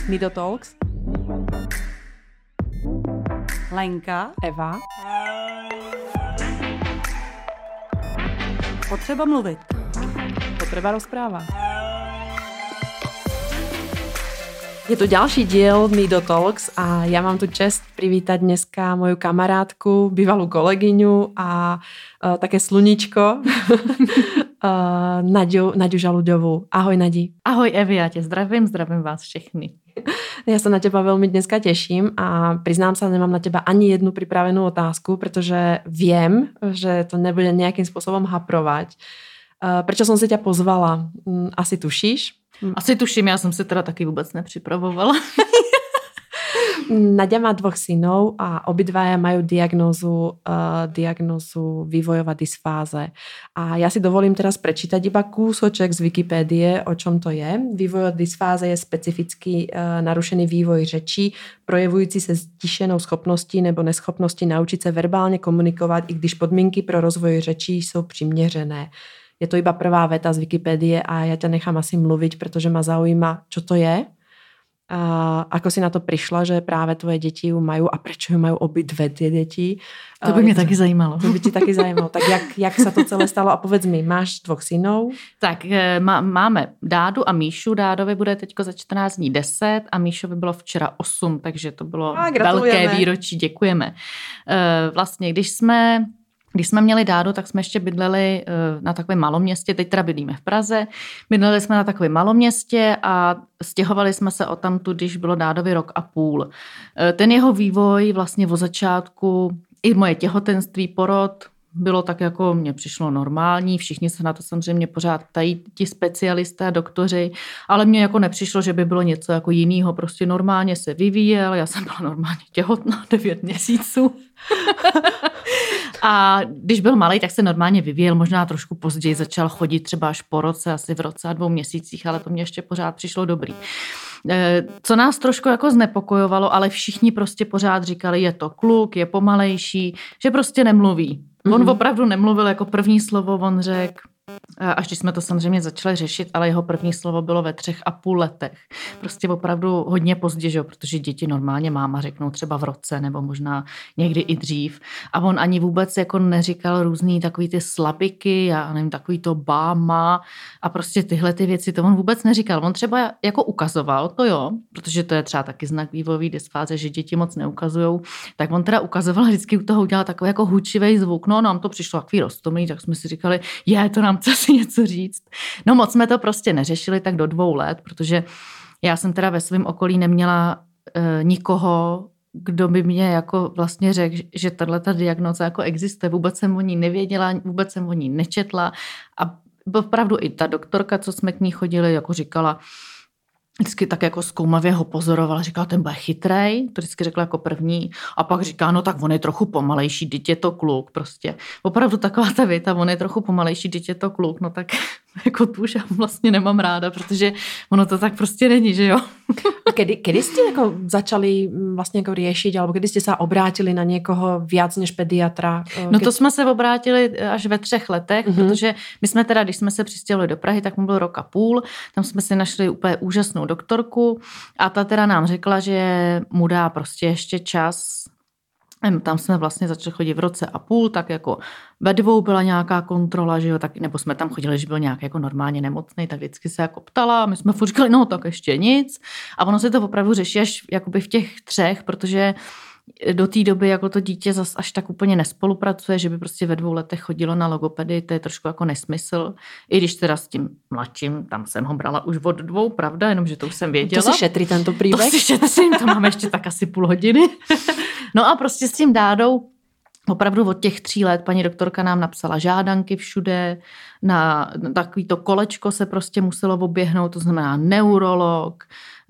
Nido Talks, Lenka, Eva. Potřeba mluvit. Potřeba rozprávat. Je tu ďalší diel Nido Talks a ja mám tu čest privítať dneska moju kamarátku, bývalú kolegyňu a také sluníčko, Naďu Žaluďovú. Ahoj, Nadi. Ahoj, Evi, já tě zdravím vás všechny. Ja sa na teba veľmi dneska teším a priznám sa, nemám na teba ani jednu pripravenú otázku, pretože viem, že to nebude nejakým spôsobom haprovať. Prečo som si ťa pozvala? Asi tušíš? Asi tuším, já jsem se teda taky vůbec nepřipravovala. Naďa má 2 synov a obidvaja majú diagnózu vývojová dysfáze. A ja si dovolím teraz prečítať iba kúsoček z Wikipédie, o čom to je. Vývojová dysfáze je specificky narušený vývoj řečí, projevující se stišenou schopností nebo neschopností naučiť se verbálne komunikovať, i když podmínky pro rozvoj řečí jsou přiměřené. Je to iba prvá veta z Wikipédie a ja ťa nechám asi mluviť, pretože ma zaujíma, čo to je. A ako si na to prišla, že práve tvoje deti ju majú a prečo ju majú obidve tie deti? To by mě taky zajímalo. To by ti taky zajímalo. Tak jak sa to celé stalo? A povedz mi, máš 2 synov? Tak máme Dádu a Míšu. Dádovi bude teďko za 14 dní 10 a Míšovi bylo včera 8, takže to bylo velké výročí. Děkujeme. Vlastně, když jsme měli Dádu, tak jsme ještě bydleli na takovém maloměstě, teď teda bydlíme v Praze, bydleli jsme na takovém maloměstě a stěhovali jsme se odtamtud, když bylo Dádovi 1,5 roku. Ten jeho vývoj vlastně od začátku, i moje těhotenství, porod, bylo tak jako, mně přišlo normální, všichni se na to samozřejmě pořád ptají, ti specialisté a doktoři, ale mně jako nepřišlo, že by bylo něco jako jinýho, prostě normálně se vyvíjel, já jsem byla normálně těhotná 9 měsíců. A když byl malej, tak se normálně vyvíjel, možná trošku později začal chodit třeba až po roce, asi v roce a 2 měsících, ale to mě ještě pořád přišlo dobrý. Co nás trošku jako znepokojovalo, ale všichni prostě pořád říkali, je to kluk, je pomalejší, že prostě nemluví. On opravdu nemluvil, jako první slovo on řekl, až když jsme to samozřejmě začali řešit, ale jeho první slovo bylo ve 3,5 letech. Prostě opravdu hodně pozdě, že? Protože děti normálně máma řeknou třeba v roce nebo možná někdy i dřív. A on ani vůbec jako neříkal různý takový ty slabiky, já nevím, takový to báma a prostě tyhle ty věci, to on vůbec neříkal. On třeba jako ukazoval, to jo, protože to je třeba taky znak vývojové dysfáze, že děti moc neukazujou, tak on teda ukazoval, vždycky u toho udělal takový jako hučivej zvuk. No, nám to přišlo takový roztomilý, tak jsme si říkali, to nám chce si něco říct. No moc jsme to prostě neřešili tak do 2 let, protože já jsem teda ve svém okolí neměla nikoho, kdo by mě jako vlastně řekl, že tato diagnóza jako existuje. Vůbec jsem o ní nevěděla, vůbec jsem o ní nečetla a opravdu i ta doktorka, co jsme k ní chodili, jako říkala, vždycky tak jako zkoumavě ho pozorovala, říkala, ten bude chytrej, to vždycky řekla jako první a pak říká, no tak on je trochu pomalejší, teď je to kluk prostě. Opravdu taková ta věta, on je trochu pomalejší, teď je to kluk, no tak jako tu už já vlastně nemám ráda, protože ono to tak prostě není, že jo. Kedy ste jako začali vlastně jako riešiť, alebo kedy ste sa obrátili na někoho viac než pediatra? No to jsme se obrátili až ve 3 letech, protože my jsme teda, když jsme se přistěhovali do Prahy, tak mu byl 1,5 roku, tam jsme si našli úplně úžasnou doktorku a ta teda nám řekla, že mu dá prostě ještě čas. Tam jsme vlastně začali chodit v 1,5 roku, tak jako ve 2 byla nějaká kontrola, že jo, tak, nebo jsme tam chodili, že byl nějak jako normálně nemocný, tak vždycky se jako ptala a my jsme furt říkali, no tak ještě nic. A ono se to opravdu řeší až jakoby v těch 3, protože do té doby jako to dítě zas až tak úplně nespolupracuje, že by prostě ve 2 letech chodilo na logopedii, to je trošku jako nesmysl. I když teda s tím mladším, tam jsem ho brala už od 2, pravda, jenomže to už jsem věděla. To si šetří tento příběh? To si šetřím, to máme ještě tak asi půl hodiny. No a prostě s tím Dádou opravdu od těch 3 let paní doktorka nám napsala žádanky všude, na takový to kolečko se prostě muselo oběhnout, to znamená neurolog,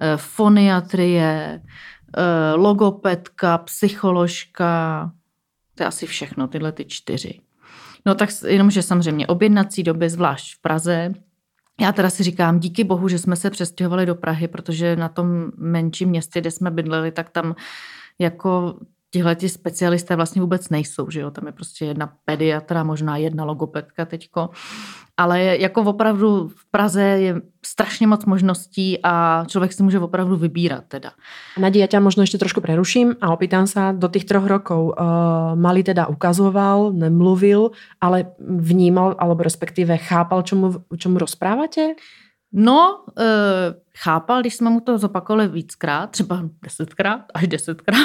foniatrie, logopedka, psycholožka, to je asi všechno, tyhle ty 4. No tak jenomže samozřejmě objednací doby, zvlášť v Praze. Já teda si říkám, díky bohu, že jsme se přestěhovali do Prahy, protože na tom menším městě, kde jsme bydleli, tak tam jako tihleti specialisté vlastně vůbec nejsou, že jo, tam je prostě jedna pediatra, možná jedna logopedka teďko, ale jako opravdu v Praze je strašně moc možností a člověk si může opravdu vybírat teda. Nadia, ja ťa možno ešte trošku preruším a opýtam sa, do tých 3 rokov Malý teda ukazoval, nemluvil, ale vnímal, alebo respektíve chápal, čo mu rozprávate? No, chápal, když jsme mu to zopakovali víckrát, třeba 10krát, až 10krát,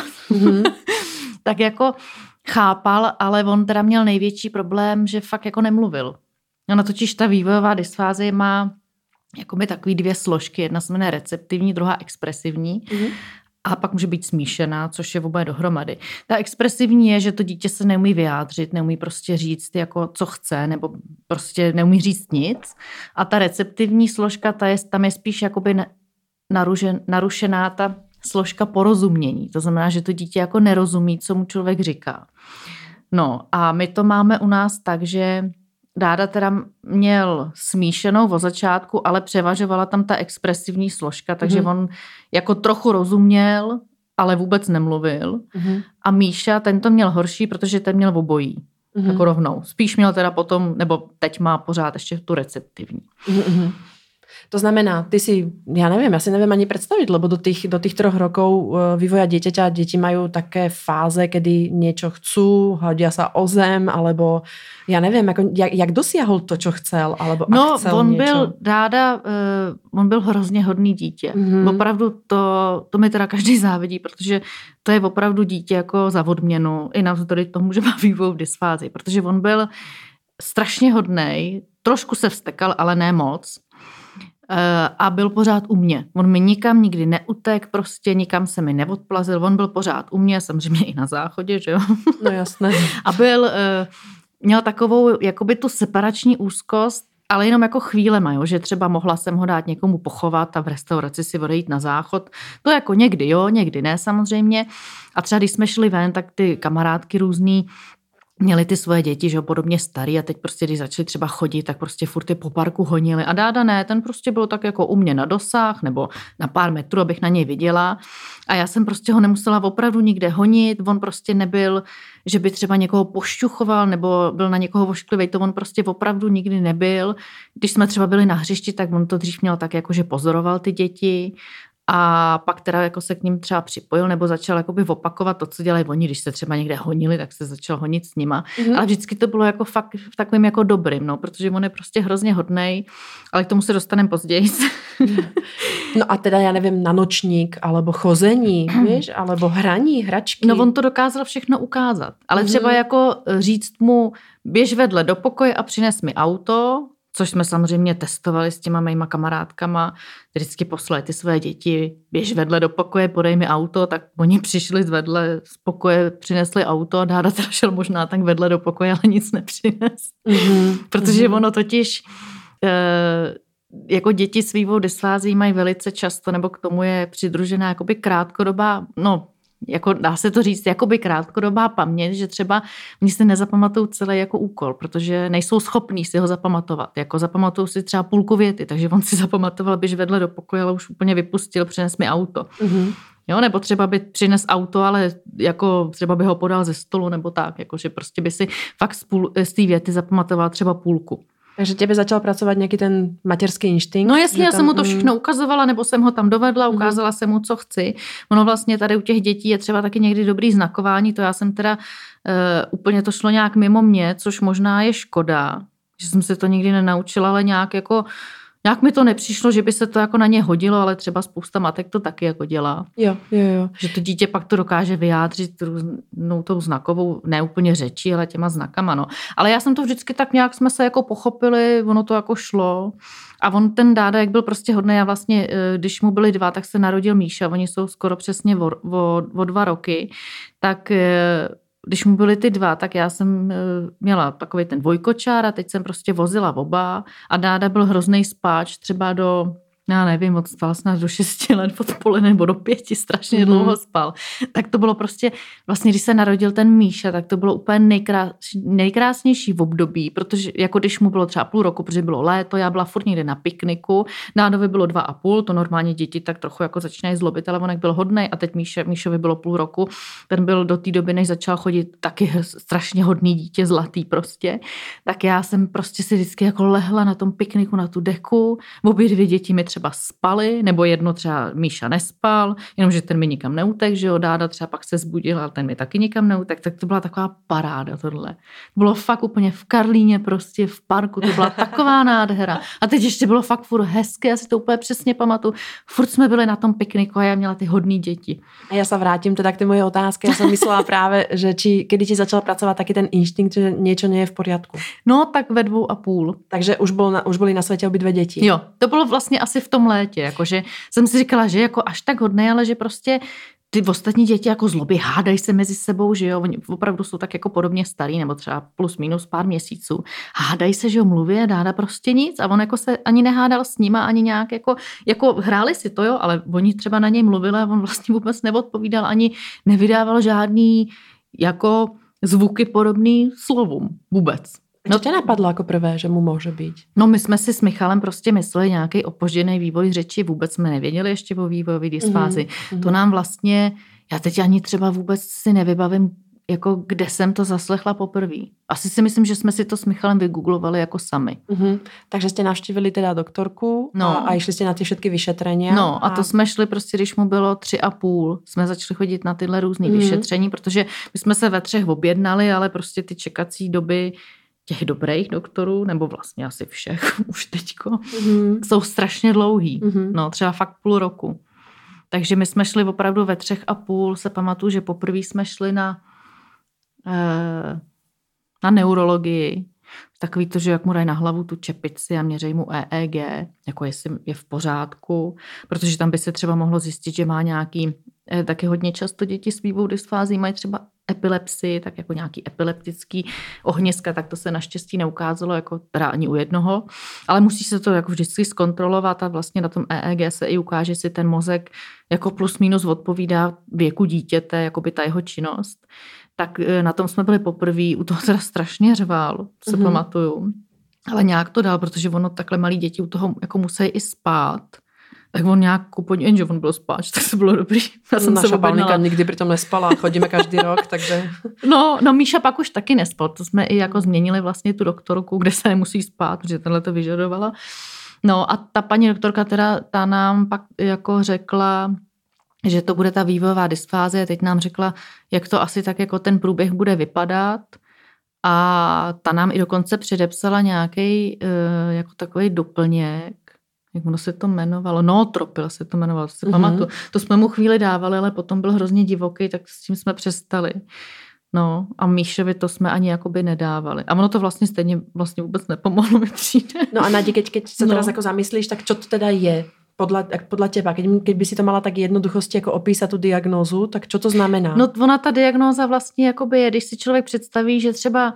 tak jako chápal, ale on teda měl největší problém, že fakt jako nemluvil. Ona totiž ta vývojová dysfázie má jakoby takový 2 složky, jedna se jmenuje receptivní, druhá expresivní. A pak může být smíšená, což je oboje dohromady. Ta expresivní je, že to dítě se neumí vyjádřit, neumí prostě říct, jako co chce, nebo prostě neumí říct nic. A ta receptivní složka, tam je spíš jakoby narušená ta složka porozumění. To znamená, že to dítě jako nerozumí, co mu člověk říká. No a my to máme u nás tak, že Dáda teda měl smíšenou od začátku, ale převažovala tam ta expresivní složka, takže on jako trochu rozuměl, ale vůbec nemluvil. A Míša, ten to měl horší, protože ten měl obojí. Jako rovnou. Spíš měl teda potom, nebo teď má pořád ještě tu receptivní. To znamená, ty si, ja si neviem ani predstaviť, lebo do tých 3 rokov vývoja dieťaťa, deti majú také fáze, kedy niečo chcú, hodia sa o zem, alebo ja neviem, jak dosiahol to, čo chcel, alebo ak chcel on niečo. Byl Dáda, on byl hrozně hodný dítě. Opravdu to mi teda každý závidí, protože to je opravdu dítě jako za odměnu, i navzdory tomu, že má vývojovou dysfázii, protože on byl strašně hodnej, trošku se vztekal, ale ne moc. A byl pořád u mě. On mi nikam nikdy neutek, prostě nikam se mi neodplazil, on byl pořád u mě, samozřejmě i na záchodě, že jo? No jasné. A měl takovou jakoby tu separační úzkost, ale jenom jako chvílema, jo? Že třeba mohla jsem ho dát někomu pochovat a v restauraci si odejít na záchod. To jako někdy jo, někdy ne samozřejmě. A třeba když jsme šli ven, tak ty kamarádky různý měli ty svoje děti, že jo, podobně starý a teď prostě, když začali třeba chodit, tak prostě furt je po parku honili a Dáda ne, ten prostě byl tak jako u mě na dosah nebo na pár metrů, abych na něj viděla a já jsem prostě ho nemusela opravdu nikde honit, on prostě nebyl, že by třeba někoho pošťuchoval nebo byl na někoho vošklivý, to on prostě opravdu nikdy nebyl. Když jsme třeba byli na hřišti, tak on to dřív měl tak jako, že pozoroval ty děti. A pak teda jako se k ním třeba připojil nebo začal jakoby opakovat to, co dělají oni, když se třeba někde honili, tak se začal honit s nima. Ale vždycky to bylo jako fakt v takovým jako dobrým, no, protože on je prostě hrozně hodnej, ale k tomu se dostaneme později. No a teda, ja neviem, na nočník, alebo chození, vieš, alebo hraní, hračky. No on to dokázal všechno ukázat, ale třeba jako říct mu, běž vedle do pokoje a přines mi auto, což jsme samozřejmě testovali s těma mýma kamarádkama, vždycky poslali ty své děti, běž vedle do pokoje, podej mi auto, tak oni přišli z pokoje, přinesli auto a Dáda teda šel možná tak vedle do pokoje, ale nic nepřines. Protože ono totiž, jako děti s vývojovou dysfázií mají velice často, nebo k tomu je přidružená jakoby krátkodobá, no, jako dá se to říct, jakoby krátkodobá paměť, že třeba oni si nezapamatují celý jako úkol, protože nejsou schopní si ho zapamatovat. Jako zapamatují si třeba půlku věty, takže on si zapamatoval, běž vedle do pokoje, ale už úplně vypustil, přines mi auto. Jo, nebo třeba by přines auto, ale jako třeba by ho podal ze stolu nebo tak, jakože prostě by si fakt z té věty zapamatoval třeba půlku. Takže tebe začal pracovat nějaký ten materský instinkt? No jasně, já jsem mu to všechno ukazovala, nebo jsem ho tam dovedla, ukázala jsem mu, co chci. Ono vlastně tady u těch dětí je třeba taky někdy dobrý znakování, to já jsem teda úplně to šlo nějak mimo mě, což možná je škoda, že jsem se to nikdy nenaučila, ale nějak mi to nepřišlo, že by se to jako na ně hodilo, ale třeba spousta matek to taky jako dělá. Jo. Že to dítě pak to dokáže vyjádřit různou tou znakovou, ne úplně řečí, ale těma znakama, no. Ale já jsem to vždycky tak nějak jsme se jako pochopili, ono to jako šlo. A on ten Dáda, jak byl prostě hodný, a vlastně, když mu byli 2, tak se narodil Míša, oni jsou skoro přesně o 2 roky, tak když mu byly ty 2, tak já jsem měla takový ten dvojkočár a teď jsem prostě vozila oba a Dáda byl hrozný spáč třeba do Já nevím, moc spal snad do 6 let odpoledne nebo do 5, strašně dlouho spal. Tak to bylo prostě, vlastně když se narodil ten Míša, tak to bylo úplně nejkrásnější v období, protože jako když mu bylo třeba půl roku, protože bylo léto, já byla furt někde na pikniku, Dádovi bylo 2,5, to normálně děti tak trochu jako začínají zlobit, ale on byl hodnej a teď Míšovi bylo půl roku, ten byl do té doby, než začal chodit, taky strašně hodný dítě, zlatý prostě, tak já jsem prostě si vždycky jako lehla na tom pikniku na tu deku, obě dvě děti mi třeba spali, nebo jedno třeba Míša nespal, jenomže ten mi nikam neutek, že jo, Dáda třeba pak se zbudil, ale ten mi taky nikam neutek, tak to byla taková paráda tohle. To bylo fakt úplně v Karlíně prostě, v parku, to byla taková nádhera. A teď ještě bylo fakt furt hezké, já si to úplně přesně pamatuju. Furt jsme byli na tom pikniku a já měla ty hodný děti. A já se vrátím teda k té moje otázky. Já jsem myslela právě, že kedy ti začal pracovat taky ten instinkt, že něco nie je v poriadku. No tak ve 2,5. Takže už byly na světě obě dvě děti. Jo, to bylo vlastně asi v tom létě, jakože jsem si říkala, že jako až tak hodné, ale že prostě ty ostatní děti jako zloby hádají se mezi sebou, že jo, oni opravdu jsou tak jako podobně starý, nebo třeba plus minus pár měsíců. Hádají se, že jo, mluví a Dáda prostě nic a on jako se ani nehádal s nima, ani nějak jako hráli si to, jo, ale oni třeba na něj mluvili a on vlastně vůbec neodpovídal, ani nevydával žádný jako zvuky podobný slovům vůbec. No, co tě napadlo jako prvé, že mu může být? No my jsme si s Michalem prostě mysleli nějaký opožděný vývoj řeči, vůbec jsme nevěděli ještě o vývojové dysfázi. To nám vlastně, já teď ani třeba vůbec si nevybavím, jako kde jsem to zaslechla poprvé. Asi si myslím, že jsme si to s Michalem vygooglovali jako sami. Takže jste navštívili teda doktorku a išli jste na ty všetky vyšetření. No a to jsme šli prostě, když mu bylo 3,5, jsme začali chodit na tyhle různý vyšetření, protože my jsme se ve 3 objednali, ale prostě ty čekací doby těch dobrých doktorů, nebo vlastně asi všech už teďko, jsou strašně dlouhý. No, třeba fakt půl roku. Takže my jsme šli opravdu ve 3,5, se pamatuju, že poprvé jsme šli na neurologii. Takový to, že jak mu dají na hlavu tu čepici a měřejí mu EEG, jako jestli je v pořádku, protože tam by se třeba mohlo zjistit, že má nějaký, taky hodně často děti s vývojovou dysfází mají třeba epilepsii, tak jako nějaký epileptický ohniska, tak to se naštěstí neukázalo jako teda ani u jednoho, ale musí se to jako vždycky zkontrolovat a vlastně na tom EEG se i ukáže, jestli ten mozek jako plus minus odpovídá věku dítěte, jako by ta jeho činnost. Tak na tom jsme byli poprvé, u toho teda strašně řval, se pamatuju, ale nějak to dal, protože ono takhle malí děti u toho jako musí i spát. Tak on nějak že on byl spáč, tak to bylo dobrý. Já jsem naša Paulika nikdy přitom nespala, chodíme každý rok, takže... No Míša pak už taky nespal, to jsme i jako změnili vlastně tu doktorku, kde se nemusí spát, protože tenhle to vyžadovala. No a ta paní doktorka teda, ta nám pak jako řekla, že to bude ta vývojová dysfáze, teď nám řekla, jak to asi tak jako ten průběh bude vypadat a ta nám i dokonce předepsala nějaký jako takový doplněk, jak ono se to jmenovalo, Nootropil se to jmenovalo, to si pamatuju. To jsme mu chvíli dávali, ale potom byl hrozně divoký, tak s tím jsme přestali. No a Míšovi to jsme ani jakoby nedávali. A ono to vlastně stejně vlastně vůbec nepomohlo, mi přijde. No a Nadi, keď se teraz jako zamyslíš, tak čo to teda je? Podľa teba, keď by si to mala tak jednoduchosti jako opísat tu diagnózu, tak čo to znamená? No ona ta diagnóza vlastně jakoby je, když si člověk představí, že třeba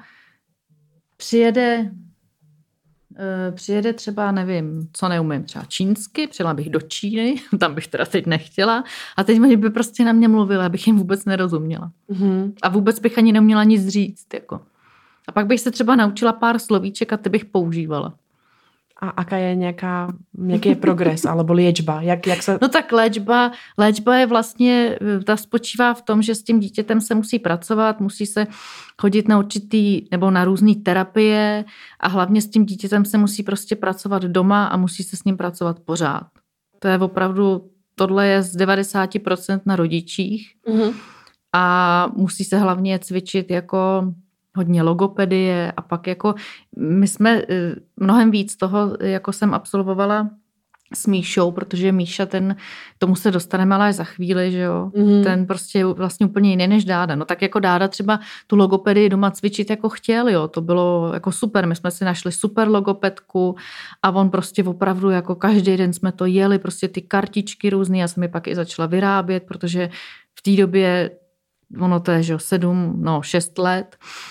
přijede třeba, nevím, co neumím, třeba čínsky, přijela bych do Číny, tam bych teda teď nechtěla a teď oni by prostě na mě mluvili, abych jim vůbec nerozuměla. A vůbec bych ani neměla nic říct. Jako. A pak bych se třeba naučila pár slovíček a ty bych používala. A aká je nějaký progres alebo liečba? Jak se... No tak léčba je vlastně, ta spočívá v tom, že s tím dítětem se musí pracovat, musí se chodit na určitý nebo na různé terapie a hlavně s tím dítětem se musí prostě pracovat doma a musí se s ním pracovat pořád. To je opravdu, tohle je z 90% na rodičích a musí se hlavně cvičit jako hodně logopedie a pak jako my jsme mnohem víc toho, jako jsem absolvovala s Míšou, protože Míša tomu se dostaneme ale až za chvíli, že jo. Ten prostě je vlastně úplně jiný než Dáda. No tak jako Dáda třeba tu logopedii doma cvičit jako chtěl, jo. To bylo jako super. My jsme si našli super logopedku a on prostě opravdu jako každý den jsme to jeli, prostě ty kartičky různý. Já jsem je pak i začala vyrábět, protože v té době ono to je, že jo, 6 let.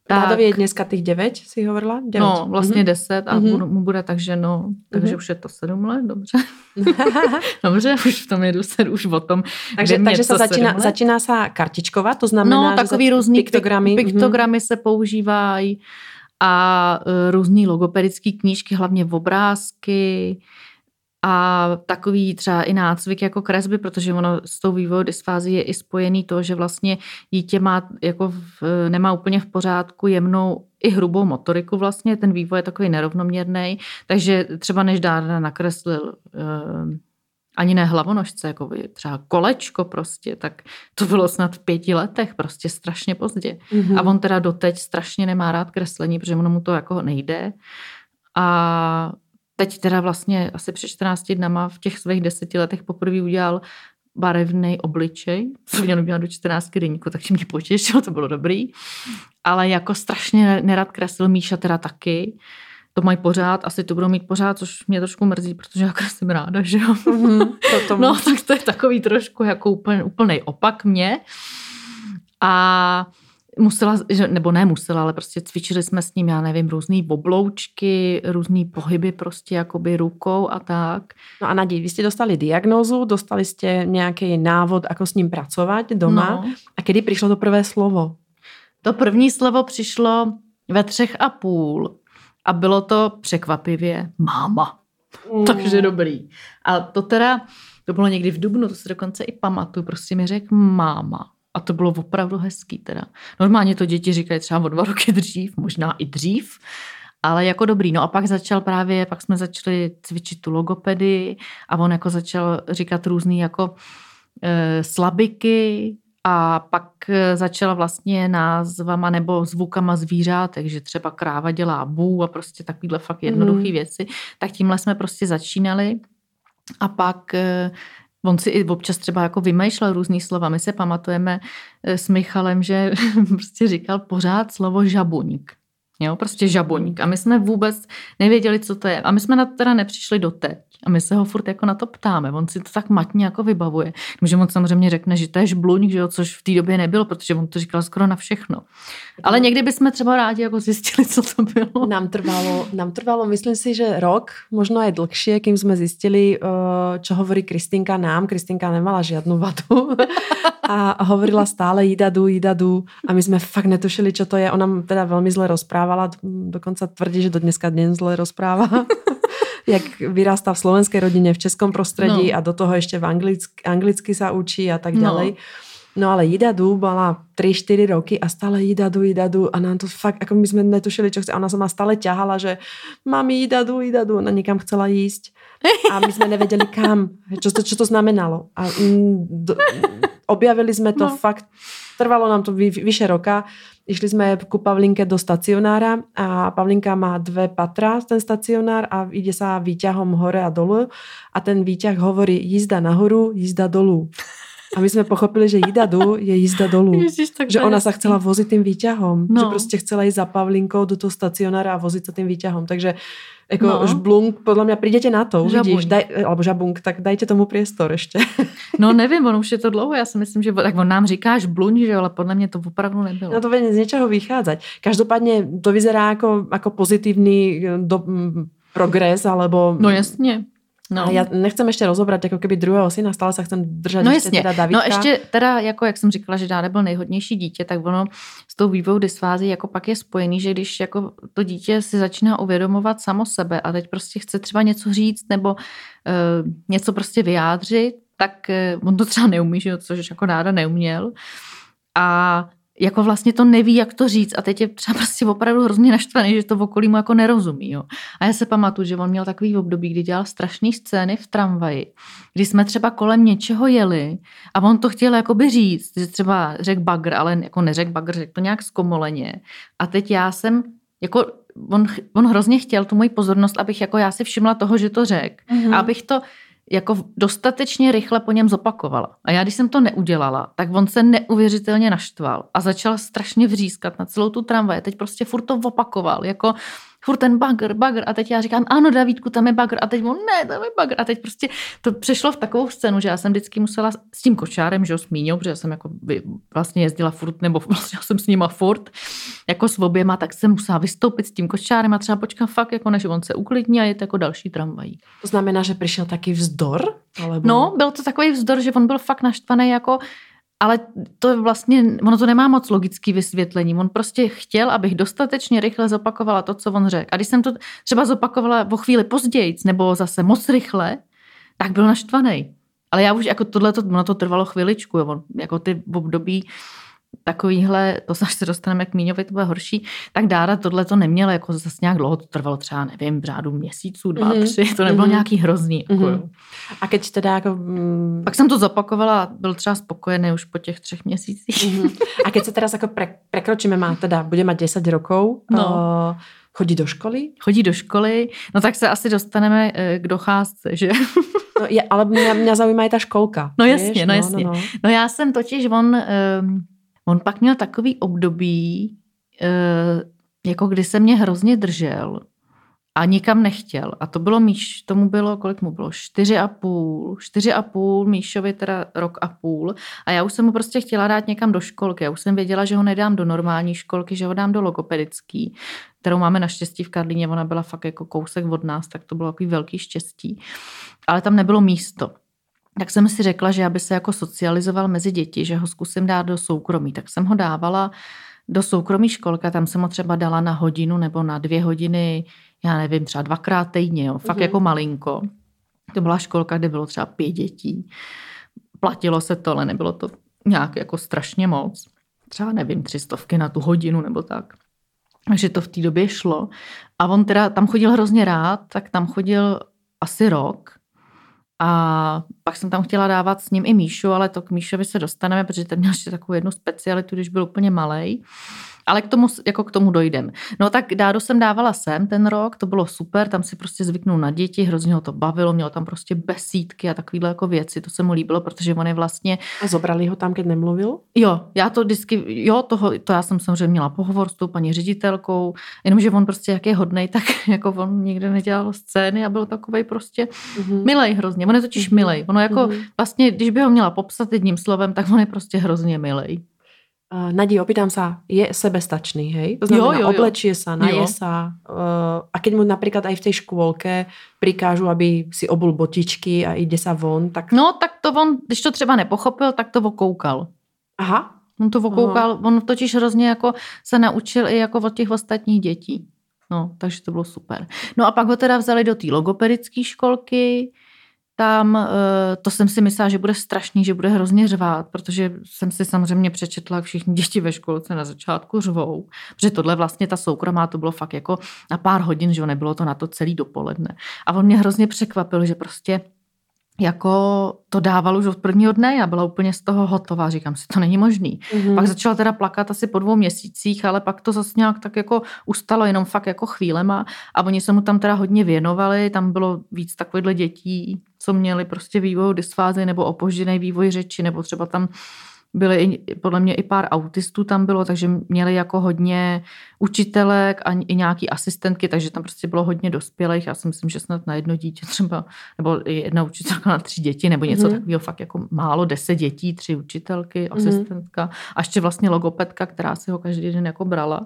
Dádovi je dneska těch 9, si hovorila? 9. No, vlastně 10 a mu bude takže už je to 7 let, dobře. Dobře, už v tom jedu se už o tom. Takže se začíná se kartičkovat, to znamená, že takový různý piktogramy se používají a různý logopedické knížky, hlavně obrázky a takový třeba i nácvik jako kresby, protože ono s tou vývojovou dysfází je i spojený to, že vlastně dítě má nemá úplně v pořádku jemnou i hrubou motoriku vlastně, ten vývoj je takový nerovnoměrný, takže třeba než Dáda nakreslil ani ne hlavonožce, jako třeba kolečko prostě, tak to bylo snad v 5 letech, prostě strašně pozdě. A on teda doteď strašně nemá rád kreslení, protože ono mu to jako nejde. A teď teda vlastně asi před 14 dnama v těch svých 10 letech poprvé udělal barevný obličej, co měl udělat do 14 deníku, takže mě potěšilo, to bylo dobrý. Ale jako strašně nerad kreslil, Míša teda taky. To mají pořád, asi to budou mít pořád, což mě trošku mrzí, protože já kreslím ráda, že jo. No, tak to je takový trošku jako úplnej opak mě. A ale prostě cvičili jsme s ním, já nevím, různý obloučky, různý pohyby prostě jakoby rukou a tak. No a Nadi, vy jste dostali diagnózu, dostali jste nějaký návod, ako s ním pracovat doma. No. A kdy přišlo to prvé slovo? To první slovo přišlo ve 3,5 a bylo to překvapivě máma. Takže dobrý. A to bylo někdy v dubnu, to si dokonce i pamatuju, prostě mi řekl máma. A to bylo opravdu hezký teda. Normálně to děti říkají třeba o 2 roky dřív, možná i dřív, ale jako dobrý. No a pak jsme začali cvičit tu logopedii a on jako začal říkat různý jako slabiky a pak začala vlastně názvama nebo zvukama zvířat, takže třeba kráva dělá bů a prostě takovýhle fakt jednoduchý věci. Tak tímhle jsme prostě začínali a pak on si i občas třeba jako vymýšlel různý slova. My se pamatujeme s Michalem, že prostě říkal pořád slovo žabuňk. Jo, prostě žabuňk. A my jsme vůbec nevěděli, co to je. A my jsme na to teda nepřišli doteď. A my se ho furt jako na to ptáme. On si to tak matně jako vybavuje. Že on samozřejmě řekne, že to je žbluňk, že jo, což v té době nebylo, protože on to říkal skoro na všechno. Ale někdy bychom třeba rádi jako zjistili, co to bylo. Nám trvalo, myslím si, že rok, možno aj dlhšie, kým jsme zjistili, čo hovorí Kristýnka nám. Kristýnka nemala žiadnu vadu a hovorila stále jidadu a my jsme fakt netušili, čo to je. Ona teda velmi zle rozprávala, dokonca tvrdí, že do dneska dnes zle rozpráva. Jak vyrastá v slovenskej rodine, v českom prostredí a do toho ešte v anglicky sa učí a tak ďalej. No ale jidadu mala 3-4 roky a stále jidadu a nám to fakt, ako my sme netušili, čo chce. Ona sa ma stále ťahala, že mami jidadu, ona nikam chcela ísť a my sme nevedeli kam, čo to znamenalo. A objavili sme to fakt, trvalo nám to vyše roka. Išli sme ku Pavlinke do stacionára a Pavlinka má 2 patra, ten stacionár a ide sa výťahom hore a dolu a ten výťah hovorí jízda nahoru, jízda dolu. A my sme pochopili, že jidadu je jízda dolu. Ježiš, že ona sa chcela voziť tým výťahom. Že proste chcela ísť za Pavlinkou do toho stacionára a voziť sa tým výťahom. Takže jako žblunk, podľa mňa prídete na to, uvidíš, alebo žabunk, tak dajte tomu priestor ešte. No nevím, on už je to dlouho, já si myslím, že tak on nám říká žbluň, že ale podle mě to opravdu nebylo. No to bude z něčeho vychádzať. Každopádně to vyzerá jako pozitivní progres, alebo... No jasně. No. A já nechcem ještě rozobrať jako keby druhého syna, stále se chcem držet ještě teda Davidka. No ještě teda, jako jak jsem říkala, že Dáda byl nejhodnější dítě, tak ono s tou vývojou dysfází jako pak je spojený, že když jako to dítě si začíná uvědomovat samo sebe a teď prostě chce třeba něco říct nebo něco prostě vyjádřit, tak on to třeba neumí, že jo, což jako Dáda neuměl. A jako vlastně to neví, jak to říct a teď je třeba prostě opravdu hrozně naštvaný, že to v okolí mu jako nerozumí. Jo. A já se pamatuju, že on měl takový období, kdy dělal strašný scény v tramvaji, kdy jsme třeba kolem něčeho jeli a on to chtěl jakoby říct, že třeba řekl bagr, ale jako neřekl bagr, řekl to nějak zkomoleně. A teď já jsem, jako on hrozně chtěl tu moji pozornost, abych jako já si všimla toho, že to řekl. Mm-hmm. A abych to jako dostatečně rychle po něm zopakovala. A já, když jsem to neudělala, tak on se neuvěřitelně naštval a začal strašně vřískat na celou tu tramvaj. Teď prostě furt to opakoval. Jako furt ten bagr. A teď já říkám, ano, Davídku, tam je bagr. A teď ne, tam je bagr. A teď prostě to přešlo v takovou scénu, že já jsem vždycky musela s tím kočárem, že ho s Míňou, protože jsem jako vlastně jezdila furt, nebo vlastně já jsem s nima furt, jako s oběma, tak jsem musela vystoupit s tím kočárem a třeba počkat fakt, jako než on se uklidní a je to jako další tramvají. To znamená, že přišel taky vzdor? Alebo... No, byl to takový vzdor, že on byl fakt naštvaný jako. Ale to vlastně, ono to nemá moc logický vysvětlení. On prostě chtěl, abych dostatečně rychle zopakovala to, co on řekl. A když jsem to třeba zopakovala o chvíli později, nebo zase moc rychle, tak byl naštvaný. Ale já už jako ono to trvalo chviličku, jo. Jako ty období takovýhle, to až se dostaneme k Míňovi, to bude horší, tak Dára tohle to neměla jako zase nějak dlouho, to trvalo třeba, nevím, v řádu měsíců, 2, 3, to nebylo nějaký hrozný. Jako, a keď teda jako... Pak jsem to zopakovala, byl třeba spokojený už po těch 3 měsících. A keď se teraz jako prekročíme, bude mať 10 rokov, chodí do školy? Chodí do školy, no tak se asi dostaneme k docházce, že? No, ale mě zajímá i ta školka. No jasně, jasně. No já jsem totiž, on pak měl takový období, jako kdy se mě hrozně držel a nikam nechtěl. A to bylo tomu bylo, kolik mu bylo? 4,5, Míšovi teda 1,5 roku. A já už jsem mu prostě chtěla dát někam do školky. Já už jsem věděla, že ho nedám do normální školky, že ho dám do logopedický, kterou máme naštěstí v Karlíně. Ona byla fakt jako kousek od nás, tak to bylo takový velký štěstí. Ale tam nebylo místo. Tak jsem si řekla, že aby se jako socializoval mezi děti, že ho zkusím dát do soukromí. Tak jsem ho dávala do soukromí školky, tam jsem ho třeba dala na hodinu nebo na 2 hodiny, já nevím, třeba 2krát týdně, jo, fakt jako malinko. To byla školka, kde bylo třeba 5 dětí. Platilo se to, ale nebylo to nějak jako strašně moc. Třeba nevím, 300 na tu hodinu nebo tak. Takže to v té době šlo. A on teda tam chodil hrozně rád, tak tam chodil asi rok. A pak jsem tam chtěla dávat s ním i Míšu, ale to k Míšovi se dostaneme, protože ten měl ještě takovou jednu specialitu, když byl úplně malej. Ale k tomu dojdem. No tak Dádu jsem dávala sem ten rok, to bylo super, tam si prostě zvyknul na děti, hrozně ho to bavilo, mělo tam prostě besídky a takovýhle jako věci, to se mu líbilo, protože on je vlastně... A zobrali ho tam, keď nemluvil? Jo, já to vždycky, to já jsem samozřejmě měla pohovor s tou paní ředitelkou, jenomže on prostě jak je hodnej, tak jako on nikdy nedělal scény a byl takovej prostě milej hrozně, on je totiž milej, ono jako vlastně, když by ho měla popsat jedním slovem, tak on je prostě hrozně milej. Nadí, opýtam sa, je sebestačný, hej? To znamená, oblečie sa, naje sa. A keď mu napríklad aj v tej škôlke prikážu, aby si obul botičky a ide sa von, tak... No, tak to on, když to třeba nepochopil, tak to okoukal. Aha. On to okoukal, on totiž hrozně jako se naučil i jako od těch ostatních dětí. No, takže to bylo super. No a pak ho teda vzali do té logopedické školky. Tam, to jsem si myslela, že bude strašný, že bude hrozně řvát, protože jsem si samozřejmě přečetla, jak všichni děti ve školce na začátku řvou. Protože tohle vlastně ta soukromá, to bylo fakt jako na pár hodin, že nebylo to na to celý dopoledne. A on mě hrozně překvapil, že prostě jako to dával už od prvního dne, já byla úplně z toho hotová, říkám si, to není možný. Pak začala teda plakat asi po 2 měsících, ale pak to zase nějak tak jako ustalo, jenom fakt jako chvílema a oni se mu tam teda hodně věnovali, tam bylo víc takovýchhle dětí, co měli prostě vývoj dysfázy nebo opožděný vývoj řeči, nebo třeba tam byly podle mě i pár autistů tam bylo, takže měli jako hodně učitelek a i nějaký asistentky, takže tam prostě bylo hodně dospělých. Já si myslím, že snad na 1 dítě třeba, nebo 1 učitelka na 3 děti, nebo něco takového fakt jako málo, 10 dětí, 3 učitelky, asistentka a ještě vlastně logopedka, která si ho každý den jako brala.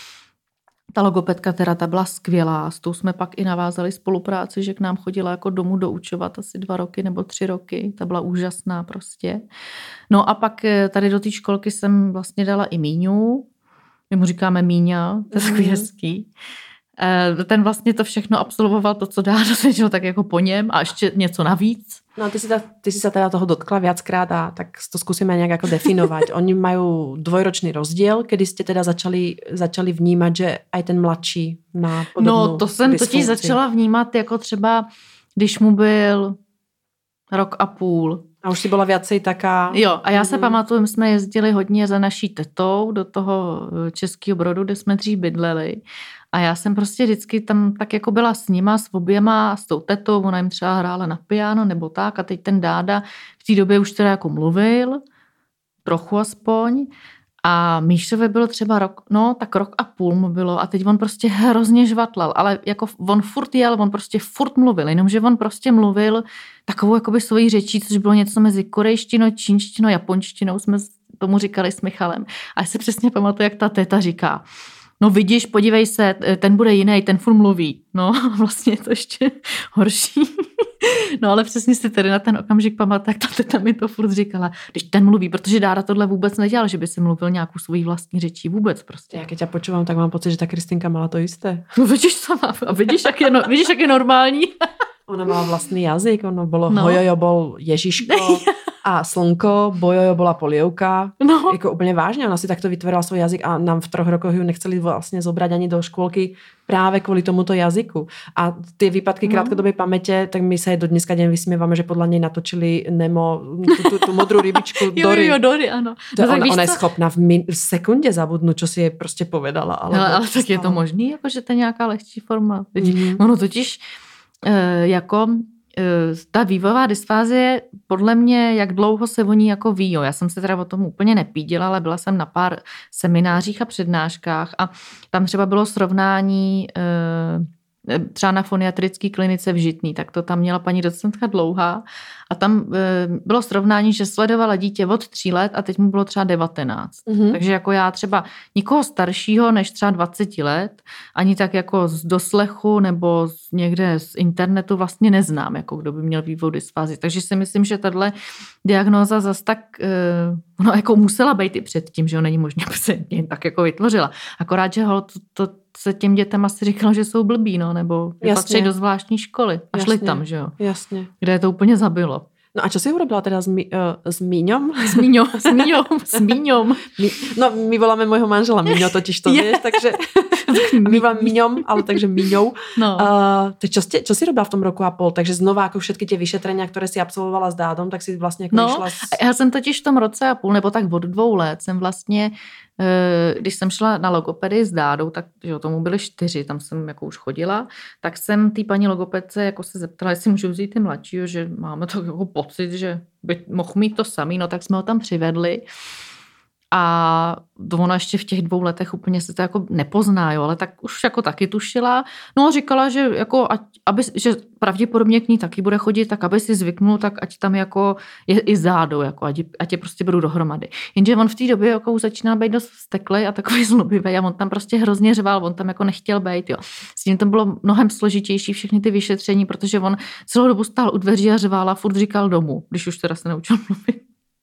Ta logopedka teda ta byla skvělá, s tou jsme pak i navázali spolupráci, že k nám chodila jako domů doučovat asi 2 roky nebo 3 roky, ta byla úžasná prostě. No a pak tady do té školky jsem vlastně dala i Míňu, my mu říkáme Míňa, to je takový hezký. Ten vlastně to všechno absolvoval, to, co dá, dosežil tak jako po něm a ještě něco navíc. No ty si sa teda toho dotkla viackrát a tak to skúsime nejak ako definovať. Oni majú 2ročný rozdiel, kedy ste teda začali vnímať, že aj ten mladší má podobnou No to jsem totiž začala vnímat jako třeba, když mu byl 1,5 roku. A už si byla viacej taká... Jo, a já se pamatuju, my jsme jezdili hodně za naší tetou do toho Českého Brodu, kde jsme dřív bydleli. A já jsem prostě vždycky tam tak jako byla s nima, s oběma, s tou tetou, ona jim třeba hrála na piano nebo tak. A teď ten Dáda v té době už teda jako mluvil, trochu aspoň. A Míšovi bylo třeba rok a půl mu bylo a teď on prostě hrozně žvatlal, ale jako on furt jel, on prostě furt mluvil, jenomže on prostě mluvil takovou jakoby svojí řečí, což bylo něco mezi korejštinou, čínštinou, japonštinou, jsme tomu říkali s Michalem. A já si přesně pamatuju, jak ta teta říká, no vidíš, podívej se, ten bude jiný, ten furt mluví. No vlastně je to ještě horší. No ale přesně si tedy na ten okamžik pamatuju, jak ta teta mi to furt říkala, když ten mluví, protože Dára tohle vůbec nedělal, že by si mluvil nějakou svojí vlastní řečí, vůbec prostě. Já když tě počúvam, tak mám pocit, že ta Kristýnka mala to jisté. No vidíš, co má, a vidíš, jak je normální. Ona mala vlastný jazyk, ono bolo Hojojo bol Ježiško a Slnko, Bojojo bola Polievka. No. Jako úplně vážně, ona si takto vytvorila svůj jazyk a nám v 3 rokoch ju nechceli vlastně zobrať ani do škôlky právě kvůli tomuto jazyku. A ty výpadky krátkodobé paměti, tak my se do dneska deň vysmievame, že podle něj natočili Nemo, tu modrou rybičku Dory. Jo, Dory, ano. No, ona je schopná v sekundě zabudnout, čo si je prostě povedala. Ale tak je to možný, jako, že to je nějaká lehčí forma. Ono totiž ta vývojová dysfázie, podle mě, jak dlouho se o ní jako ví. Já jsem se teda o tom úplně nepídila, ale byla jsem na pár seminářích a přednáškách a tam třeba bylo srovnání třeba na foniatrické klinice v Žitný, tak to tam měla paní docentka Dlouhá a tam bylo srovnání, že sledovala dítě od 3 let a teď mu bylo třeba 19. Takže jako já třeba nikoho staršího než třeba 20 let, ani tak jako z doslechu nebo někde z internetu vlastně neznám, jako kdo by měl vývoj dysfázii. Takže si myslím, že tahle diagnóza zas tak jako musela být i předtím, že ho není možné, aby se jen tak jako vytvořila. Akorát, že to se těm dětem asi říkalo, že jsou blbí, nebo patří do zvláštní školy a šli tam, že jo. Jasně. Kde je to úplně zabilo. No a čo si urobila teda s Míňom? S Míňom. No, my voláme môjho manžela Míňo, totiž to vieš, takže my vám Míňom, ale takže Míňou. No. Čo si robila v tom 1,5 roku? Takže znova ako všetky tie vyšetrenia, ktoré si absolvovala s Dádom, tak si vlastně jako išla já jsem totiž v tom 1,5 roku, nebo tak od 2 let jsem vlastně, když jsem šla na logopedii s Dádou, tak že tomu byly 4, tam jsem jako už chodila, tak jsem té paní logopedce jako se zeptala, jestli můžu vzít ty mladšího, že máme to jako pocit, že by mohl mít to samý, no tak jsme ho tam přivedli. A ona ještě v těch 2 letech úplně se to jako nepozná, jo, ale tak už jako taky tušila. No a říkala, že jako že pravděpodobně k ní taky bude chodit, tak aby si zvyknul, tak ať tam jako je i zádou, jako ať je prostě budou dohromady. Jenže on v té době jako už začíná být dost vzteklej a takový zlobivý a on tam prostě hrozně řval, on tam jako nechtěl být, jo. S ním to bylo mnohem složitější všechny ty vyšetření, protože on celou dobu stál u dveří a řval a furt říkal domů, když už teda se naučil mluvit.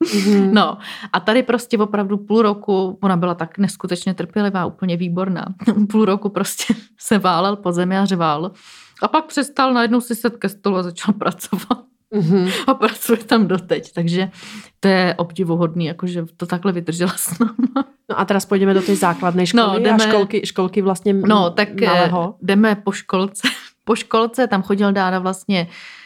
No a tady prostě opravdu 0,5 roku, ona byla tak neskutečně trpělivá, úplně výborná. 0,5 roku prostě se válel po zemi a řval. A pak přestal, najednou si sedl ke stolu a začal pracovat. A pracuje tam doteď, takže to je obdivuhodný, jakože to takhle vydržela s náma. No a teraz půjdeme do té základné školy a školky vlastně tak malého. Jdeme po školce. Po školce tam chodil Dáda vlastně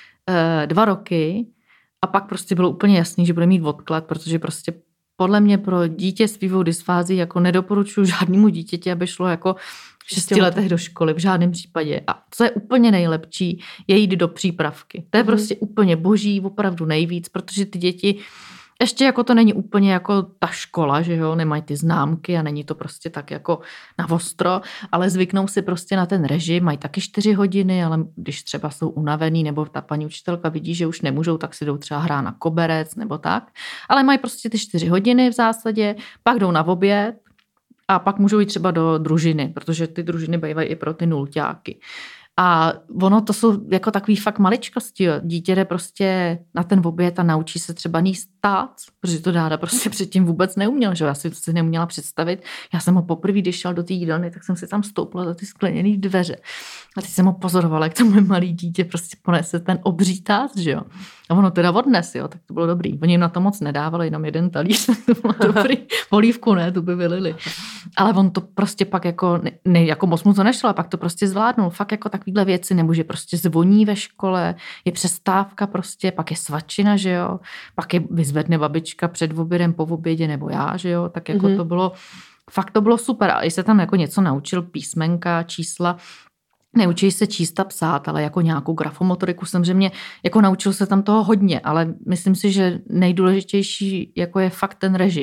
2 roky. A pak prostě bylo úplně jasný, že bude mít odklad, protože prostě podle mě pro dítě s vývojovou dysfázií jako nedoporučuji žádnému dítěti, aby šlo jako v 6 letech do školy, v žádném případě. A co je úplně nejlepší, je jít do přípravky. To je prostě úplně boží, opravdu nejvíc, protože ty děti ještě jako to není úplně jako ta škola, že jo, nemají ty známky a není to prostě tak jako na ostro, ale zvyknou si prostě na ten režim, mají taky 4 hodiny, ale když třeba jsou unavený nebo ta paní učitelka vidí, že už nemůžou, tak si jdou třeba hrát na koberec nebo tak, ale mají prostě ty 4 hodiny v zásadě, pak jdou na oběd a pak můžou jít třeba do družiny, protože ty družiny bývají i pro ty nulťáky. A ono to jsou jako takový fakt maličkosti. Jo. Dítě jde prostě na ten oběd a naučí se třeba níst tác, protože to Dáda prostě předtím vůbec neuměl, že já si to neuměla představit. Já jsem ho poprvé, když šel do té jídelny, tak jsem si tam stoupla za ty skleněné dveře. A teď jsem ho pozorovala, jak to moje malé dítě prostě ponese ten obří tác, že jo. A ono teda odnes, jo, tak to bylo dobrý. Oni jim na to moc nedávali, jenom 1 talíř, tak to bylo dobrý. Polívku ne, tu by vylili. Ale on to prostě pak jako, jako moc mu to nešlo, a pak to prostě zvládnul. Fakt jako takovýhle věci, nebo že prostě zvoní ve škole, je přestávka prostě, pak je svačina, že jo, pak je vyzvedne babička před obědem, po obědě, nebo já, že jo, tak jako to bylo, fakt to bylo super. A i se tam jako něco naučil, písmenka, čísla, neučí se číst a psát, ale jako nějakou grafomotoriku samozřejmě, jako naučil se tam toho hodně, ale myslím si, že nejdůležitější jako je fakt ten režim.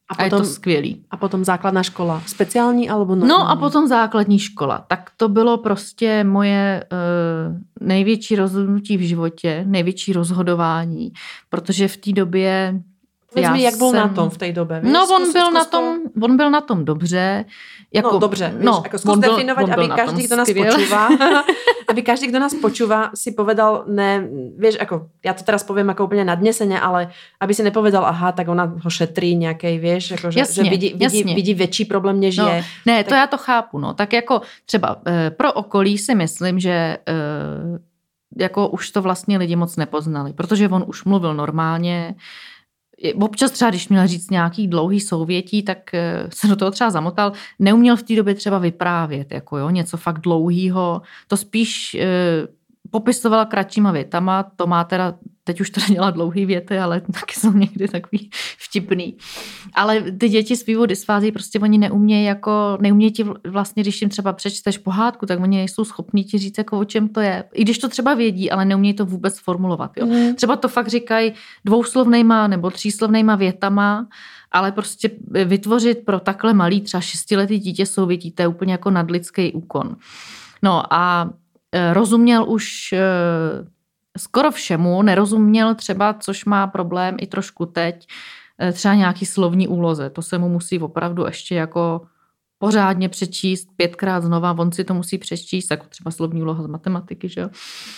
A je to skvělý. A potom základná škola. Speciální alebo normální? No a potom základní škola. Tak to bylo prostě moje největší rozhodnutí v životě, největší rozhodování, protože v té době... Jak byl na tom v té době? Víš? No, on byl na tom dobře. Jako, no dobře, víš, jako zkus definovat, aby každý, kdo nás počúva, aby každý, kdo nás počúva, si povedal, ne, vieš, ako, ja to teraz poviem ako úplne nadnesene, ale aby si nepovedal, aha, tak ona ho šetří nějaký, vieš, jako, že, jasně, že vidí větší problém, než je. Ne, tak... to já to chápu, no. Tak jako třeba pro okolí si myslím, že jako už to vlastně lidi moc nepoznali, protože on už mluvil normálně. Občas třeba, když měl říct nějaký dlouhý souvětí, tak se do toho třeba zamotal. Neuměl v té době třeba vyprávět, jako jo, něco fakt dlouhýho. To spíš popisovala kratšíma větama, to má teda, teď už to nedělá dlouhý věty, ale taky jsou někdy takový vtipný. Ale ty děti s vývodysfází prostě oni neumějí ti vlastně, když jim třeba přečteš pohádku, tak oni nejsou schopní ti říct, jako o čem to je. I když to třeba vědí, ale neumějí to vůbec formulovat. Jo. Třeba to fakt říkají dvouslovnejma nebo tříslovnejma větama, ale prostě vytvořit pro takhle malý, třeba 6letý dítě souvětí, to je úplně jako nadlidský úkon. No a rozuměl už skoro všemu, nerozuměl třeba, což má problém i trošku teď, třeba nějaký slovní úloze. To se mu musí opravdu ještě jako pořádně přečíst 5krát znova, on si to musí přečíst, jako třeba slovní úloha z matematiky, že jo.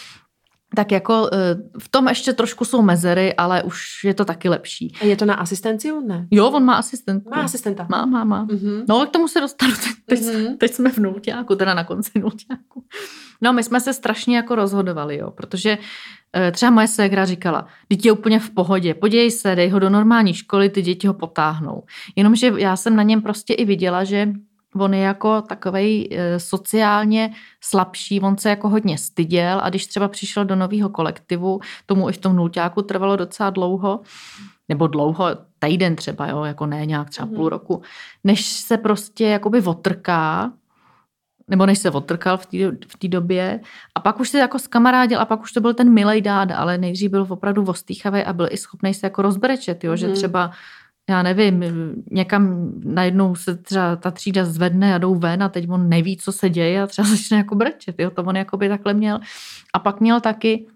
Tak jako v tom ještě trošku jsou mezery, ale už je to taky lepší. A je to na asistenci, ne? Jo, on má asistentku. Má asistenta. Má. Mm-hmm. No, k tomu se dostanu. Teď jsme v nulťáku, teda na konci nulťáku. No, my jsme se strašně jako rozhodovali, jo, protože třeba moje ségra říkala, dítě je úplně v pohodě, podívej se, dej ho do normální školy, ty děti ho potáhnou. Jenomže já jsem na něm prostě i viděla, že on je jako takovej sociálně slabší, on se jako hodně styděl a když třeba přišel do nového kolektivu, tomu i v tom nulťáku trvalo docela dlouho, nebo týden třeba, jo, jako ne nějak třeba půl roku, než se prostě jakoby otrká, nebo než se otrkal v té době a pak už se jako zkamarádil a pak už to byl ten milej dáda, ale nejdřív byl opravdu ostýchavý a byl i schopný se jako rozbrečet, jo, že třeba já nevím, někam najednou se třeba ta třída zvedne a jdou ven a teď on neví, co se děje a třeba začne jako brečet, jo, to on jakoby takhle měl. A pak měl taky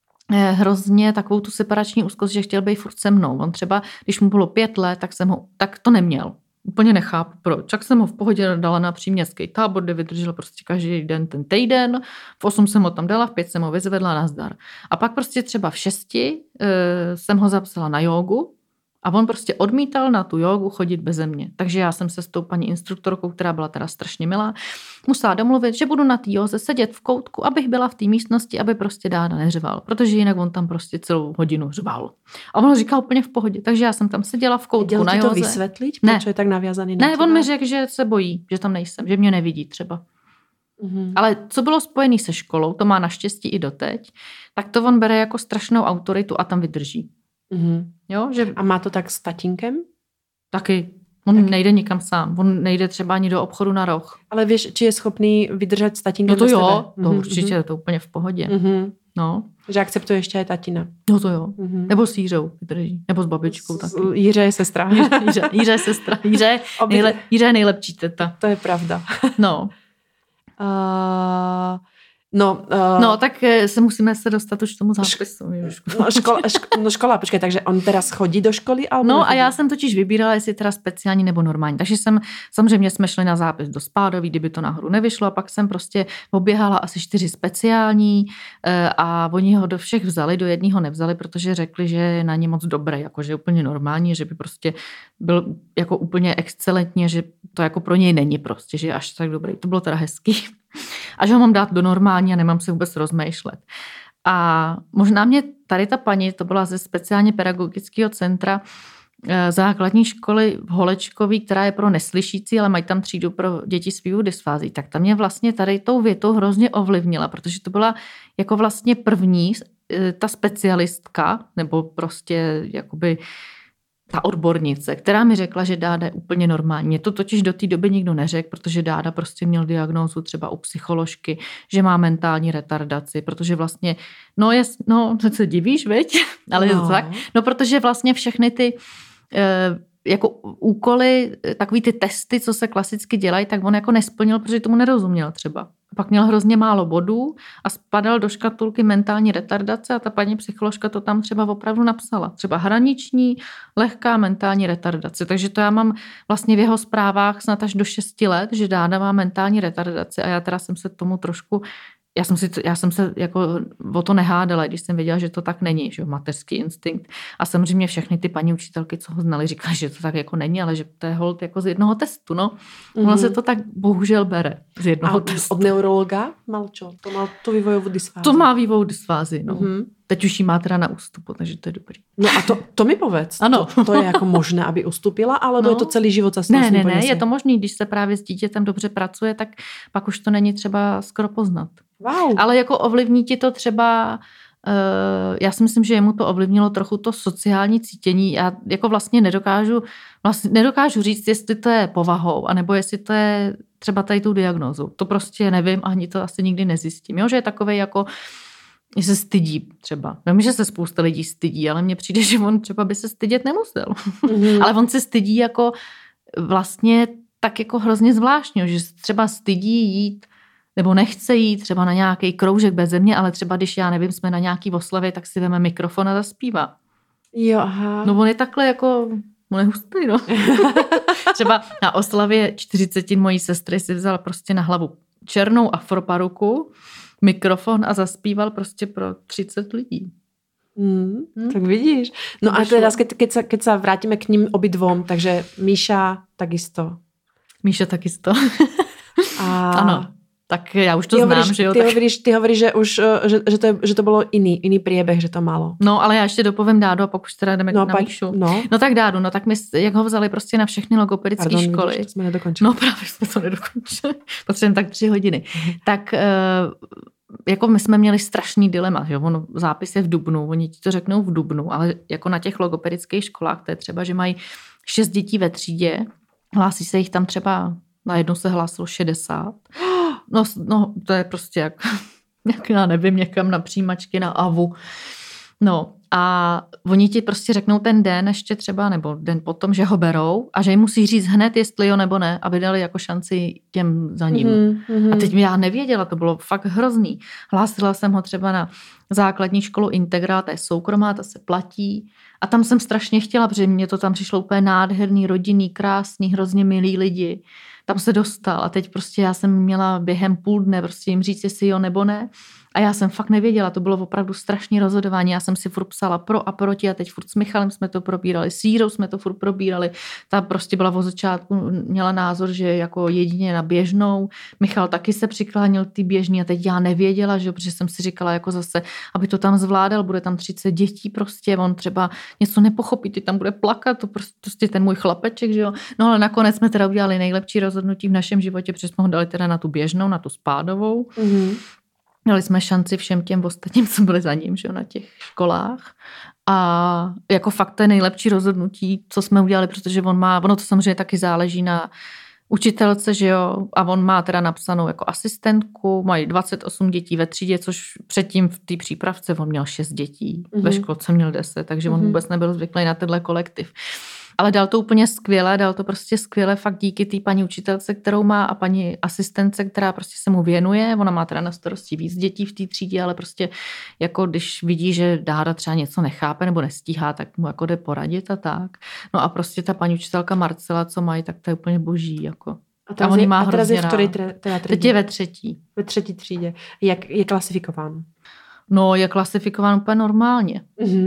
hrozně takovou tu separační úzkost, že chtěl být furt se mnou. On třeba, když mu bylo 5 let, tak to neměl. Úplně nechápu, proč. Tak jsem ho v pohodě dala na příměstský tábor, kde vydržel prostě každý den ten týden. V 8 jsem ho tam dala, v 5 jsem ho vyzvedla nazdar. A pak prostě třeba v 6 jsem ho zapsala na jógu, a on prostě odmítal na tu jógu chodit beze mě. Takže já jsem se s tou paní instruktorkou, která byla teda strašně milá, musela domluvit, že budu na té józe sedět v koutku, abych byla v té místnosti, aby prostě dáda neřval. Protože jinak on tam prostě celou hodinu řval. A on říkal úplně v pohodě. Takže já jsem tam seděla v koutku na józe. Dělal ti to vysvětlit? Proč je tak navázaný na Ne, on mi řekl, že se bojí, že tam nejsem, že mě nevidí třeba. Mm-hmm. Ale co bylo spojené se školou, to má naštěstí i doteď, tak to on bere jako strašnou autoritu a tam vydrží. Mm-hmm. Jo, že... A má to tak s tatínkem? Taky. On nejde nikam sám. On nejde třeba ani do obchodu na roh. Ale víš, či je schopný vydržet s tatínkem? No to jo, to určitě je to úplně v pohodě. Mm-hmm. No. Že akceptuje ještě aj tatina. No to jo. Mm-hmm. Nebo s Jířou vydrží. Nebo s babičkou taky. Jíře je sestra. Jíře je sestra. Jíře je nejlepší teta. To je pravda. No. No, tak se musíme dostat už k tomu zápisu. Škola, počkej, takže on teraz chodí do školy? No a já jsem totiž vybírala, jestli teda speciální nebo normální. Takže samozřejmě jsme šli na zápis do Spádový, kdyby to náhodou nevyšlo a pak jsem prostě oběhala asi 4 speciální a oni ho do všech vzali, do jedního nevzali, protože řekli, že je na ně moc dobré, jakože je úplně normální, že by prostě byl jako úplně excelentně, že to jako pro něj není prostě, že je až tak dobrý. To bylo teda hezký. A že ho mám dát do normální a nemám se vůbec rozmýšlet. A možná mě tady ta paní, to byla ze speciálně pedagogického centra základní školy v Holečkový, která je pro neslyšící, ale mají tam třídu pro děti s vývodysfází, tak tam mě vlastně tady tou větou hrozně ovlivnila, protože to byla jako vlastně první ta specialistka, nebo prostě jakoby ta odbornice, která mi řekla, že dáda je úplně normální. Mě to totiž do té doby nikdo neřekl, protože dáda prostě měl diagnózu třeba u psycholožky, že má mentální retardaci, protože vlastně, to se divíš, viď? Ale je to tak. No, protože vlastně všechny ty jako úkoly, takový ty testy, co se klasicky dělají, tak on jako nesplnil, protože tomu nerozuměl třeba. Pak měl hrozně málo bodů a spadal do škatulky mentální retardace a ta paní psycholožka to tam třeba opravdu napsala. Třeba hraniční, lehká mentální retardace. Takže to já mám vlastně v jeho zprávách snad až do 6 let, že Dáda má mentální retardaci a já teda jsem se tomu trošku... Já jsem se jako o to nehádala, když jsem věděla, že to tak není, že mateřský instinkt. A samozřejmě všechny ty paní učitelky, co ho znali, říkali, že to tak jako není, ale že to je holt jako z jednoho testu, no. Ono se to tak bohužel bere z jednoho testu. Od neurologa mal čo? To mal tu vývojovou dysfázi. To má vývojovou dysfázi, no. Teď už jí má teda na ústupu, takže to je dobrý. No a to mi povedz. Ano. To je jako možné, aby ustupila, alebo je to celý život zase? Ne, je to možný, když se právě s dítětem dobře pracuje, tak pak už to není třeba skoro poznat. Wow. Ale jako ovlivní ti to třeba, já si myslím, že jemu to ovlivnilo trochu to sociální cítění. Já jako vlastně nedokážu říct, jestli to je povahou, anebo jestli to je třeba tady tou diagnózou. To prostě nevím, ani to asi nikdy nezjistím. Jo? Že je takovej jako, že se stydí třeba. Vím, že se spousta lidí stydí, ale mně přijde, že on třeba by se stydět nemusel. Ale on se stydí jako vlastně tak jako hrozně zvláštně, že třeba stydí jít nebo nechce jít třeba na nějaký kroužek bez země, ale třeba když, já nevím, jsme na nějaký oslavě, tak si veme mikrofon a zaspívá. Jo, aha. No on je takhle jako, on je hustý, no. Třeba na oslavě 40 mojí sestry si vzal prostě na hlavu černou afroparuku, mikrofon a zaspíval prostě pro 30 lidí. Tak vidíš. No a teraz, keď sa vrátime k ním obidvom, takže Míša takisto. Míša takisto. A... Ano. Tak já už to znám, že jo. Ty hovoríš, že už, že to bylo jiný priebeh, že to malo. No, ale já ještě dopovím Dádu a pak už teda jdeme na Míšu. No tak Dádu, no tak my, jak ho vzali prostě na všechny logopedické školy. Vidíš, to jsme nedokončili. No právě jsme to nedokončili. Potřebujeme tak 3 hodiny. Tak jako my jsme měli strašný dilema, že jo. Ono, zápis je v dubnu, oni ti to řeknou v dubnu, ale jako na těch logopedických školách, to je třeba, že mají 6 dětí ve třídě, hlásí se jich tam třeba, na jednu se hlásilo 60. No, to je prostě jak já nevím, někam na přijímačky, na AVU. No a oni ti prostě řeknou ten den ještě třeba, nebo den potom, že ho berou a že jim musí říct hned, jestli jo nebo ne, aby dali jako šanci těm za ním. A teď já nevěděla, to bylo fakt hrozný. Hlásila jsem ho třeba na základní školu Integra, ta je soukromá, ta se platí. A tam jsem strašně chtěla, protože mě to tam přišlo úplně nádherný, rodinný, krásný, hrozně milí lidi. Tam se dostal a teď prostě já jsem měla během půl dne prostě jim říct, jestli jo nebo ne. A já jsem fakt nevěděla, to bylo opravdu strašné rozhodování. Já jsem si furt psala pro a proti a teď furt s Michalem jsme to probírali, s Jírou jsme to furt probírali. Ta prostě byla od začátku, měla názor, že jako jedině na běžnou. Michal taky se přiklánil ty běžný a teď já nevěděla, že, protože jsem si říkala jako zase, aby to tam zvládal, bude tam 30 dětí prostě, on třeba něco nepochopí, ty tam bude plakat, to prostě ten můj chlapeček, že jo. No ale nakonec jsme teda udělali nejlepší rozhodnutí v našem životě, protože jsme ho dali teda na tu běžnou, na tu spádovou. Dali jsme šanci všem těm ostatním, co byli za ním, že jo, na těch školách. A jako fakt to je nejlepší rozhodnutí, co jsme udělali, protože ono to samozřejmě taky záleží na učitelce, že jo, a on má teda napsanou jako asistentku, mají 28 dětí ve třídě, což předtím v té přípravce on měl 6 dětí, ve školce měl 10, takže on vůbec nebyl zvyklý na tenhle kolektiv. Ale dal to úplně skvěle, dal to prostě skvěle fakt díky té paní učitelce, kterou má a paní asistence, která prostě se mu věnuje. Ona má teda na starosti víc dětí v té třídě, ale prostě jako když vidí, že Dáda třeba něco nechápe nebo nestíhá, tak mu jako jde poradit a tak. No a prostě ta paní učitelka Marcela, co mají, tak to je úplně boží. Jako. A on má hrozně rád. Teď je ve 3. Ve 3. třídě. Jak je klasifikován? No, je klasifikován úplně normálně.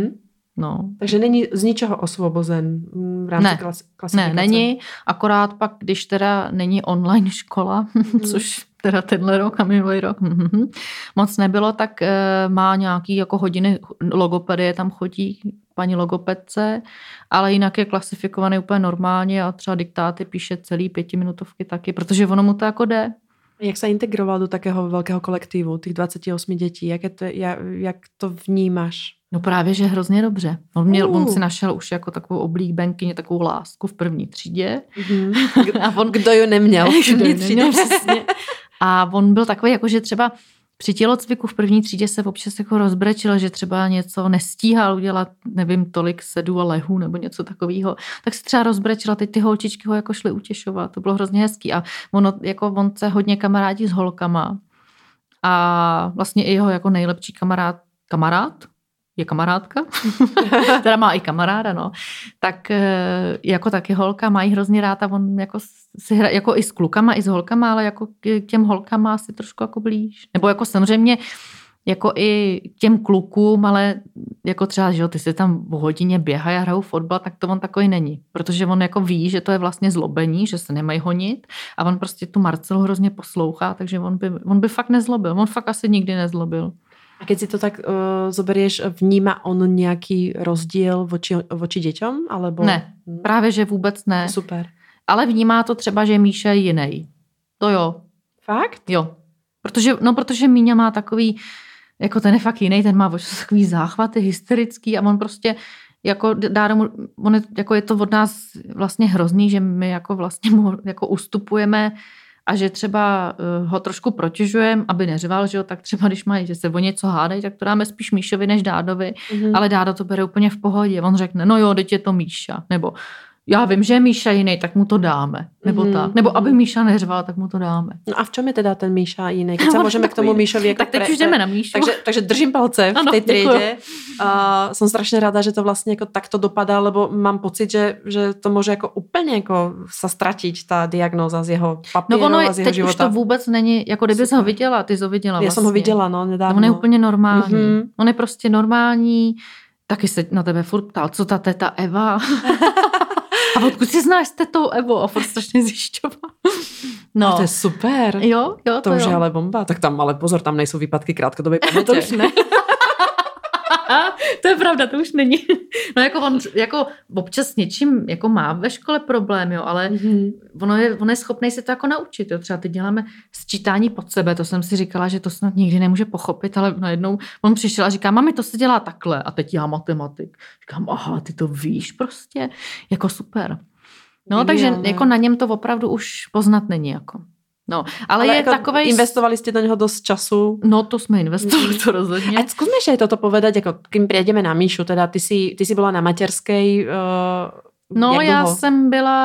No. Takže není z ničeho osvobozen v rámci klasifikace? Ne, není, akorát pak, když teda není online škola, což teda tenhle rok a minulý rok moc nebylo, tak má nějaký jako hodiny logopedie, tam chodí paní logopedce, ale jinak je klasifikovaný úplně normálně a třeba diktáty píše celý 5minutovky taky, protože ono mu to jako jde. Jak se integroval do takého velkého kolektivu, těch 28 dětí? Jak to vnímáš? No právě, že hrozně dobře. On si našel už jako takovou oblíbenkyni, takovou lásku v 1. třídě. A on, kdo ji neměl? Kdo ji neměl, přesně. A on byl takový, jako že třeba Při tělocviku v první třídě se občas jako rozbrečil, že třeba něco nestíhal udělat, nevím, tolik sedů a lehů nebo něco takového. Tak se třeba rozbrečila, teď ty holčičky ho jako šly utěšovat. To bylo hrozně hezký. A on se hodně kamarádí s holkama. A vlastně i jeho jako nejlepší kamarád? Je kamarádka, teda má i kamaráda, no, tak jako taky holka, má jí hrozně rád a on jako si hra, jako i s klukama, i s holkama, ale jako k těm holkama asi trošku jako blíž. Nebo jako samozřejmě jako i těm klukům, ale jako třeba, že jo, ty si tam v hodině běhají a hrajou fotbal, tak to on takový není. Protože on jako ví, že to je vlastně zlobení, že se nemají honit a on prostě tu Marcelu hrozně poslouchá, takže on by fakt nezlobil. On fakt asi nikdy nezlobil. A keď si to tak zoberieš, vníma on nějaký rozdíl voči děťom? Alebo... Ne, právě že vůbec ne. Super. Ale vnímá to třeba, že Míša je jiný. To jo. Fakt? Jo. Protože Míňa má takový, jako ten je fakt jiný, ten má takový záchvaty hysterický a on prostě jako je to od nás vlastně hrozný, že my jako vlastně mu jako ustupujeme a že třeba ho trošku protěžujeme, aby neřval, že jo, tak třeba když mají, že se o něco hádají, tak to dáme spíš Míšovi než Dádovi, ale Dáda to bere úplně v pohodě. On řekne, no jo, teď je to Míša, nebo já vím, že je Míša jiný, tak mu to dáme. Nebo tak. Nebo aby Míša neřval, tak mu to dáme. No a v čem je teda ten Míša jiný? Keď sa môžeme k tomu Míšovi... Jako tak teď už jdeme na Míšu. Takže držím palce v tej triede. Som strašne rada, že to vlastne jako takto dopadá, lebo mám pocit, že to môže jako úplně jako sa stratiť tá diagnóza z jeho papírov a z jeho života. Teď už to vůbec není, jako kdyby jsi ho viděla, ty jsi ho viděla vlastně. Já jsem ho viděla, no, nedávno. On je úplně normální. On je prostě normální. Taky se na tebe furt ptal, co ta teta Eva... A odkud si znáš s tetou Evo? A furt strašně zjišťoval. No. A to je super. Jo, to už je ale bomba. Tak tam, ale pozor, tam nejsou výpadky krátkodobé paměti. To už ne. To je pravda, to už není. No jako on jako občas s něčím jako má ve škole problém, jo, ale on je schopný se to jako naučit. Jo. Třeba teď děláme sčítání pod sebe, to jsem si říkala, že to snad nikdy nemůže pochopit, ale najednou on přišel a říká, mami, to se dělá takhle. A teď já matematik. Říkám, aha, ty to víš prostě. Jako super. No, takže jako na něm to opravdu už poznat není jako. No, ale je jako takovej... Investovali ste do něho dosť času? No, to jsme investovali, to rozhodně. A skúsme ešte aj toto povedať, ako kým prijedeme na Míšu, teda ty si bola na materskej... No, já jsem byla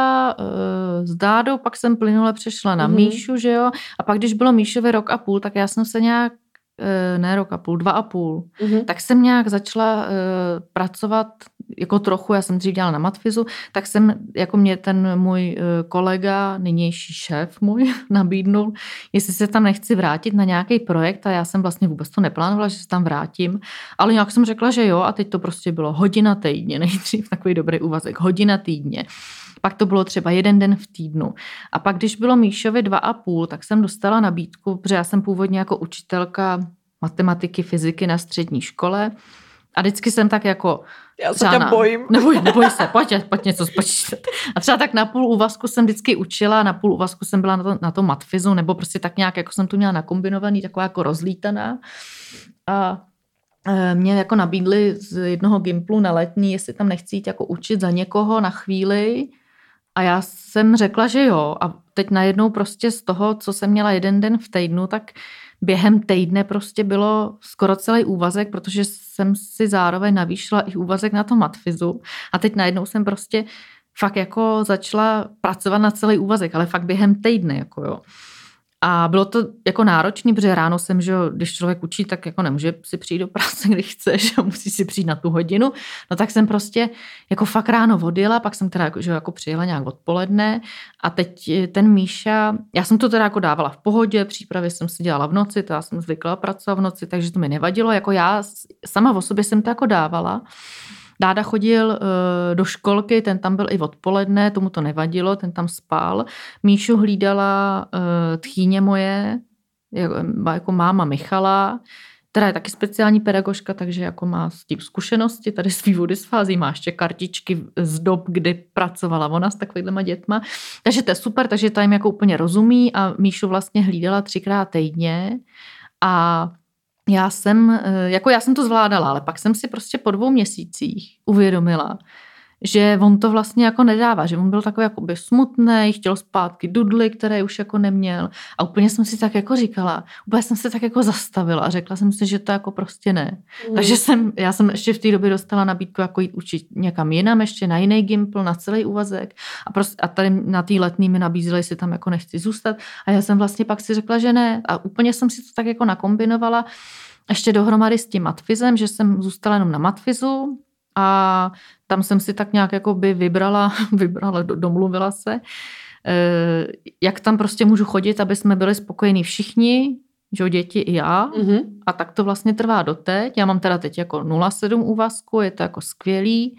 s Dádou, pak jsem plynule přešla na Míšu, že jo, a pak když bylo Míšovi 1,5 roku, tak já jsem se nějak, ne 1,5 roku, 2,5, tak jsem nějak začala pracovat jako trochu, já jsem dřív dělala na matfizu, tak jsem, jako mě ten můj kolega, nynější šéf můj, nabídnul, jestli se tam nechci vrátit na nějaký projekt a já jsem vlastně vůbec to neplánovala, že se tam vrátím, ale nějak jsem řekla, že jo a teď to prostě bylo hodina týdně, nejdřív takový dobrý úvazek, hodina týdně. Pak to bylo třeba 1 den v týdnu. A pak, když bylo Míšovi 2,5, tak jsem dostala nabídku, protože já jsem původně jako učitelka matematiky, fyziky na střední škole a vždycky jsem tak jako... Já se tě bojím. Neboj se, pojď něco spočítat. A třeba tak na půl úvazku jsem vždycky učila, na půl úvazku jsem byla na to matfizu, nebo prostě tak nějak, jako jsem tu měla nakombinovaný, taková jako rozlítaná. A mě jako nabídli z jednoho gimplu na letní, jestli tam nechci jít jako učit za někoho na chvíli. A já jsem řekla, že jo. A teď najednou prostě z toho, co jsem měla 1 den v týdnu, tak během týdne prostě bylo skoro celý úvazek, protože jsem si zároveň navýšila i úvazek na tom matfizu. A teď najednou jsem prostě fakt jako začala pracovat na celý úvazek, ale fakt během týdne, jako jo. A bylo to jako náročný, protože ráno jsem, že když člověk učí, tak jako nemůže si přijít do práce, když chce, že musí si přijít na tu hodinu. No tak jsem prostě jako fakt ráno odjela, pak jsem teda jako přijela nějak odpoledne a teď ten Míša, já jsem to teda jako dávala v pohodě, přípravy jsem si dělala v noci, to já jsem zvykla pracovat v noci, takže to mi nevadilo, jako já sama o sobě jsem to jako dávala. Dáda chodil do školky, ten tam byl i odpoledne, tomu to nevadilo, ten tam spal. Míšu hlídala tchýně moje, jako máma Michala, která je taky speciální pedagožka, takže jako má s tím zkušenosti, tady s vývody z fází, má ještě kartičky z dob, kdy pracovala ona s takovýhlema dětma. Takže to je super, takže ta jim jako úplně rozumí a Míšu vlastně hlídala 3krát týdně a já jsem to zvládala, ale pak jsem si prostě po 2 měsících uvědomila, že on to vlastně jako nedává, že on byl takový jakoby smutný, chtěl zpátky dudly, které už jako neměl a úplně jsem si tak jako říkala, úplně jsem se tak jako zastavila a řekla jsem si, že to jako prostě ne. Takže já jsem ještě v té době dostala nabídku jako jít učit někam jinam, ještě na jiný gympl, na celý úvazek a tady na té letní mi nabízeli, jestli tam jako nechci zůstat a já jsem vlastně pak si řekla, že ne a úplně jsem si to tak jako nakombinovala ještě dohromady s tím matfizem, že jsem zůstala jenom na matfizu a tam jsem si tak nějak jako by vybrala, domluvila se, jak tam prostě můžu chodit, aby jsme byli spokojení všichni, že děti i já. A tak to vlastně trvá doteď. Já mám teda teď jako 0,7 úvazku, je to jako skvělý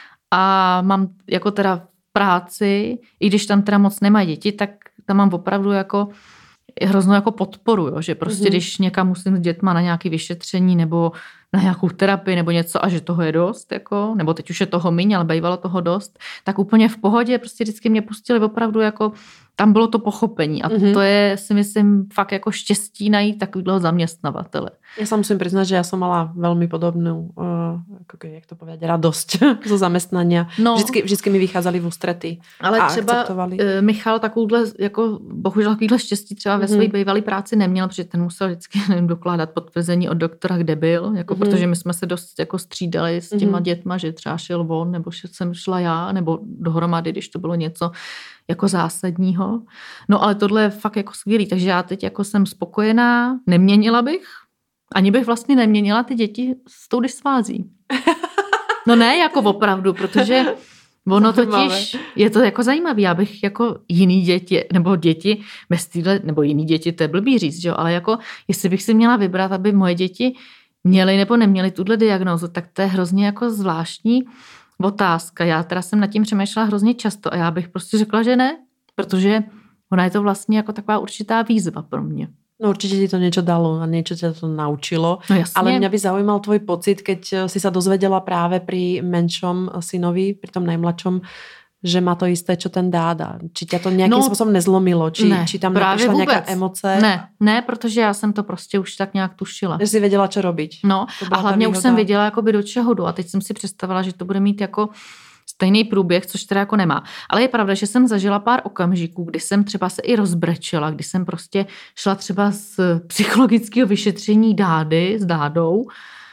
a mám jako teda v práci, i když tam teda moc nemají děti, tak tam mám opravdu jako hroznou jako podporu, jo? Že prostě když někam musím s dětma na nějaké vyšetření nebo na nějakou terapii nebo něco a že toho je dost, jako, nebo teď už je toho míň, ale bývalo toho dost, tak úplně v pohodě prostě vždycky mě pustili opravdu jako, tam bylo to pochopení a to je si myslím fakt jako štěstí najít takovýhle zaměstnavatele. Ja sa musím priznať, že ja som mala veľmi podobnú, jak to povedať, radosť zo zamestnania. No, vždycky mi vycházeli v ústrety. Ale třeba Michal takovouhle, jako bohužel takovýhle štěstí třeba ve své bývalé práci neměl, protože ten musel vždycky dokládat potvrzení od doktora, kde byl, jako protože my jsme se dost jako střídali s těma dětma, že třeba šel on, nebo že jsem šla já, nebo dohromady, když to bylo něco jako zásadního. No ale tohle je fakt jako skvělý, takže já teď jako jsem spokojená, neměnila bych, ani bych vlastně neměnila ty děti s tou dysfází. No ne, jako opravdu, protože ono totiž je to jako zajímavé. Já bych jako jiný děti, nebo děti bez týhle, nebo jiný děti, to je blbý říct, že jo, ale jako jestli bych si měla vybrat, aby moje děti měly nebo neměly tuhle diagnózu, tak to je hrozně jako zvláštní otázka. Já teda jsem nad tím přemýšlela hrozně často a já bych prostě řekla, že ne, protože ona je to vlastně jako taková určitá výzva pro mě. No určite ti to niečo dalo a niečo ťa to naučilo. No jasne. Ale mňa by zaujímal tvoj pocit, keď si sa dozvedela práve pri menšom synovi, pri tom najmladšom, že má to isté, čo ten dáda. Či ťa to nejakým spôsobom nezlomilo? Či tam neprišla nejaká emoce? Ne, protože já jsem to prostě už tak nějak tušila. Že si věděla, čo robiť. No a hlavně už jsem věděla, jakoby do čeho jdu. A teď jsem si představila, že to bude mít jako stejný průběh, což teda jako nemá. Ale je pravda, že jsem zažila pár okamžiků, kdy jsem třeba se i rozbrečela, kdy jsem prostě šla třeba z psychologického vyšetření s dádou.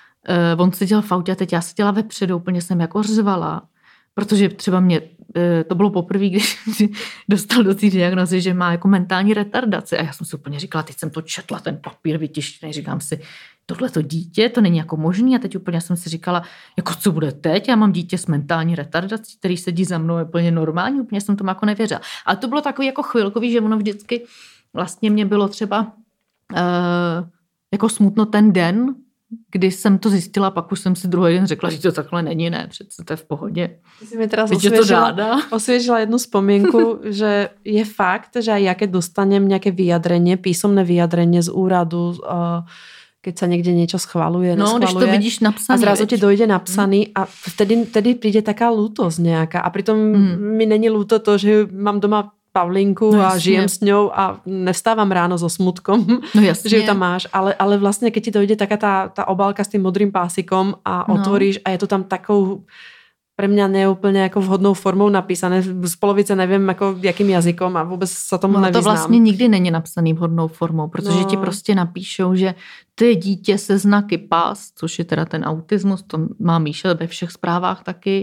On seděl v autě a teď já seděla vepředu, úplně jsem jako řvala. Protože třeba mě, to bylo poprvé, když dostal do té diagnozy, že má jako mentální retardaci. A já jsem si úplně říkala, teď jsem to četla, ten papír vytištěný, říkám si, tohleto dítě, to není jako možný. A teď úplně jsem si říkala, jako co bude teď? Já mám dítě s mentální retardací, který sedí za mnou úplně normálně, úplně jsem tomu jako nevěřila. Ale to bylo takový jako chvilkový, že ono vždycky, vlastně mě bylo třeba jako smutno ten den, kdy jsem to zjistila, pak už jsem si druhý den řekla, že to takhle není, ne, přece to je v pohodě. Ty si mi teraz osviežila jednu spomienku, že je fakt, že aj ja keď dostanem nejaké vyjadrenie, písomné vyjadrenie z úradu, keď sa niekde niečo schvaluje, neschvaluje. No, když to vidíš napsaný. A zrazu ti dojde napsaný a vtedy príde taká lútosť nejaká. A pritom mi není lúto to, že mám doma Pavlinku a žijem s ňou a nevstávam ráno so smutkom, že ju tam máš, ale vlastne keď ti dojde taká tá obálka s tým modrým pásikom a otvoríš a je to tam takou pre mňa neúplne ako vhodnou formou napísané, z polovice neviem ako jakým jazykom a vôbec sa tomu nevyznám. To vlastně nikdy není napsaný vhodnou formou, protože ti prostě napíšou, že to je dítě se znaky PAS, což je teda ten autismus, to má Míša ve všech zprávách taky.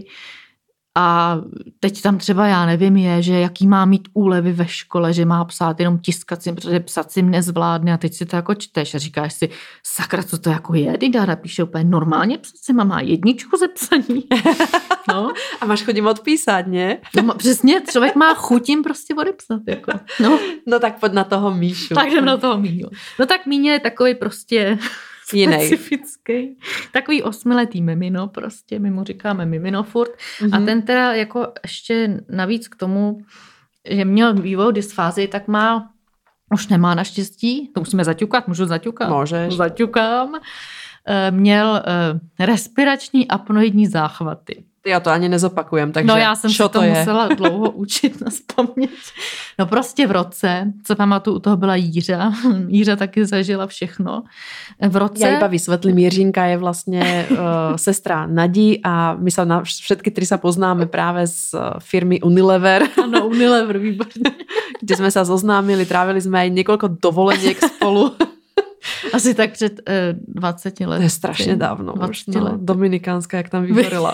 A teď tam třeba, já nevím, je, že jaký má mít úlevy ve škole, že má psát jenom tiskacím, protože psacím nezvládne a teď si to jako čteš a říkáš si, sakra, co to jako je? Teď napíše úplně normálně psacím a má 1 ze psaní. No. A máš chuť im odpísať, nie? No, přesně, člověk má chuť jim prostě odepsat. Jako. No tak pojď na toho Míšu. Tak jdem na toho Míšu. No tak Míně je takový prostě specifický. Takový 8letý mimino prostě, my mu říkáme mimino furt. A ten teda jako ještě navíc k tomu, že měl vývoj dysfázii, tak má, už nemá naštěstí, to musíme zaťukat, můžu zaťukat? Můžeš. Zaťukám. Měl respirační apnoidní záchvaty. Já to ani nezopakujem, takže no já jsem si to je? musela dlouho učit na spaměť. No prostě v roce, co pamatuju, u toho byla Jířa. Jířa taky zažila všechno. V roce... Ja iba vysvetlím, Jiřinka je vlastne sestra Nadi a my sa všetky tri sa poznáme práve z firmy Unilever. Áno, Unilever, výborne. Kde sme sa zoznámili, trávili sme aj niekoľko dovoleniek spolu. Asi tak před 20 let. To je strašně dávno. 20 let. Dominikánská, jak tam vyhorila.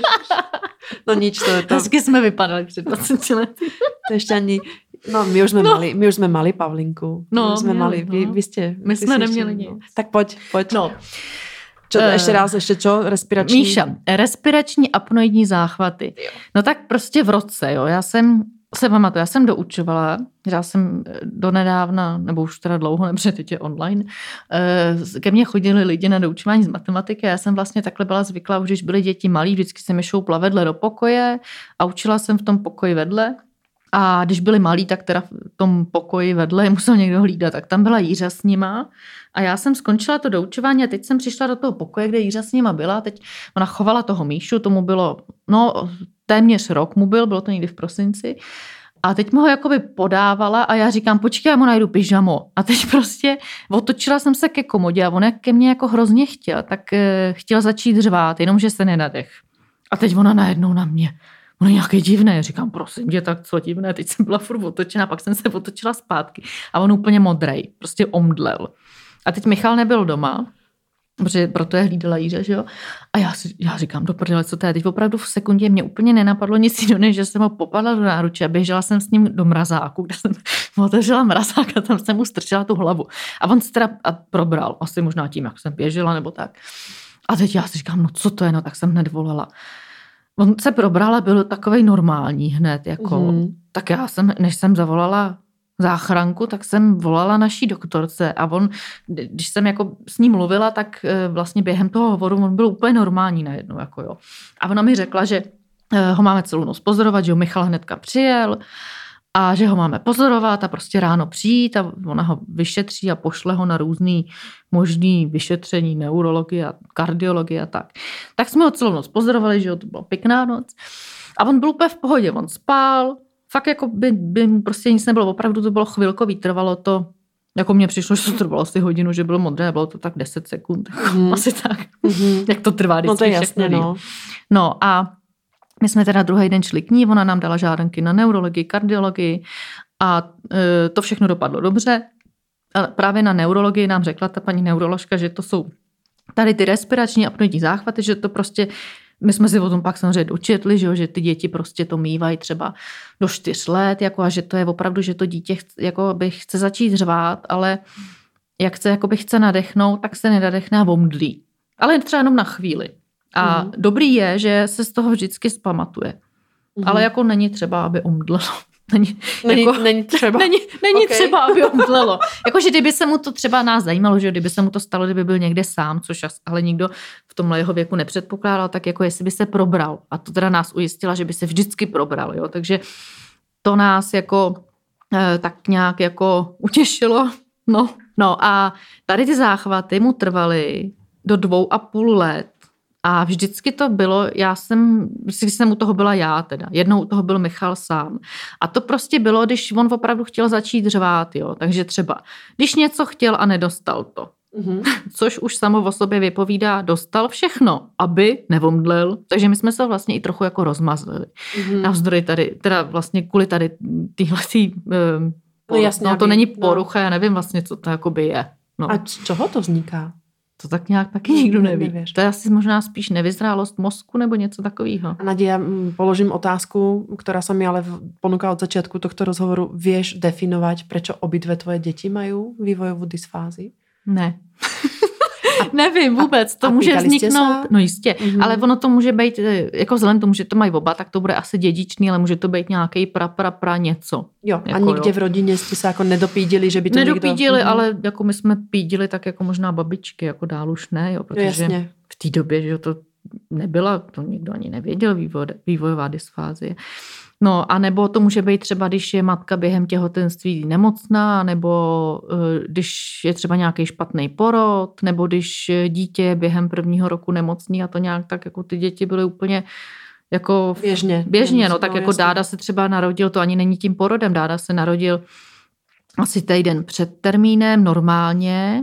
No nič, to je to. Hezky jsme vypadali před 20 lety. To ještě ani... No, my už jsme mali Pavlinku. No, my jsme mali. Vy jste... My jsme neměli nic. Tak pojď. No. Čo, ještě čo? Respirační? Míša, respirační apnoidní záchvaty. Jo. No tak prostě v roce, jo. Já jsem doučovala, já jsem donedávna, nebo už teda dlouho, nepřed teď je online, ke mně chodili lidi na doučování z matematiky a já jsem vlastně takhle byla zvyklá, už když byly děti malí, vždycky jsem je šoupla vedle do pokoje a učila jsem v tom pokoji vedle. A když byli malí, tak teda v tom pokoji vedle je musel někdo hlídat, tak tam byla Jířa s nima a já jsem skončila to doučování a teď jsem přišla do toho pokoje, kde Jířa s nima byla, teď ona chovala toho Míšu, tomu bylo, téměř rok mu bylo to někdy v prosinci a teď mu ho jakoby podávala a já říkám, počkej, já mu najdu pyžamo a teď prostě otočila jsem se ke komodě a on jak ke mně jako hrozně chtěl, tak chtěl začít řvát, jenomže se nenadech. A teď ona najednou na mě. Ono je nějaké divné. Říkám, prosím tě, tak co divné. Teď jsem byla furt otočená, pak jsem se otočila zpátky a on úplně modrej, prostě omdlel. A teď Michal nebyl doma, protože proto je hlídala Jíře, že jo. A já říkám, do prdele, co to je? Teď opravdu v sekundě mě úplně nenapadlo nic jiného, než že jsem ho popadla do náruče a běžela jsem s ním do mrazáku, kde jsem otevřela mrazák a tam jsem mu strčila tu hlavu. A on se teda probral, asi možná tím, jak jsem běžela nebo tak. A teď já si říkám, no co to je, no tak jsem hned volala. On se probral a byl takovej normální hned, jako, tak já jsem, než jsem zavolala záchranku, tak jsem volala naší doktorce a on, když jsem jako s ním mluvila, tak vlastně během toho hovoru on byl úplně normální najednou, jako jo. A ona mi řekla, že ho máme celou noc pozorovat, že ho Michal hnedka přijel a že ho máme pozorovat a prostě ráno přijít a ona ho vyšetří a pošle ho na různý možný vyšetření, neurologie a kardiologie a tak. Tak jsme ho celou noc pozorovali, že jo, to byla pěkná noc. A on byl úplně v pohodě, on spal, fakt jako by mu prostě nic nebylo, opravdu to bylo chvilkový, trvalo to, jako mně přišlo, že to trvalo asi hodinu, že bylo modré, bylo to tak 10 sekund, asi tak, jak to trvá, když no to je jasné, no a my jsme teda druhý den šli k ní, ona nám dala žádanky na neurologii, kardiologii a to všechno dopadlo dobře. A právě na neurologii nám řekla ta paní neuroložka, že to jsou tady ty respirační apnoidní záchvaty, že to prostě, my jsme si o tom pak samozřejmě dočetli, že ty děti prostě to mívají třeba do 4 let, jako a že to je opravdu, že to dítě chce začít řvát, ale jak chce nadechnout, tak se nenadechne a omdlí. Ale třeba jenom na chvíli. A dobrý je, že se z toho vždycky zpamatuje. Ale jako není třeba, aby omdlelo. Není třeba. Není třeba, aby omdlelo. Jakože kdyby se mu to třeba nás zajímalo, že kdyby se mu to stalo, kdyby byl někde sám, což ale nikdo v tomhle jeho věku nepředpokládal, tak jako jestli by se probral. A to teda nás ujistila, že by se vždycky probral. Jo? Takže to nás jako tak nějak jako utěšilo. No a tady ty záchvaty mu trvaly do 2,5 let. A vždycky to bylo, když jsem u toho byla já teda, jednou u toho byl Michal sám. A to prostě bylo, když on opravdu chtěl začít řvát, jo. Takže třeba, když něco chtěl a nedostal to, což už samo o sobě vypovídá, dostal všechno, aby nevomdlel. Takže my jsme se vlastně i trochu jako rozmazlili. Navzdory tady, teda vlastně kvůli tady týhletý, to není porucha, já nevím vlastně, co to jakoby je. No. A z čeho to vzniká? To tak nějak taky nikdo neví. Nevíš. To je asi možná spíš nevyzrálost mozku nebo něco takového. Nadia, položím otázku, která sa mi ale ponúka od začiatku tohto rozhovoru. Vieš definovať, prečo obidve tvoje deti majú vývojovú dysfázi? Ne. Nevím vůbec, to může vzniknout, no jistě, ale ono to může být, jako vzhledem tomu, že to mají oba, tak to bude asi dědičný, ale může to být nějaký pra něco. Jo, jako, a nikde v rodině jste se jako nedopídili, že by to nedopídili, ale jako my jsme pídili tak jako možná babičky, jako dál už ne, jo, protože jasně. V té době, že to nebyla, to nikdo ani nevěděl, vývojová dysfázie. No a nebo to může být třeba, když je matka během těhotenství nemocná, nebo když je třeba nějaký špatný porod, nebo když dítě je během 1. roku nemocný a to nějak tak, jako ty děti byly úplně jako běžně, no tak jako jasně. Dáda se třeba narodil, to ani není tím porodem, Dáda se narodil asi týden před termínem normálně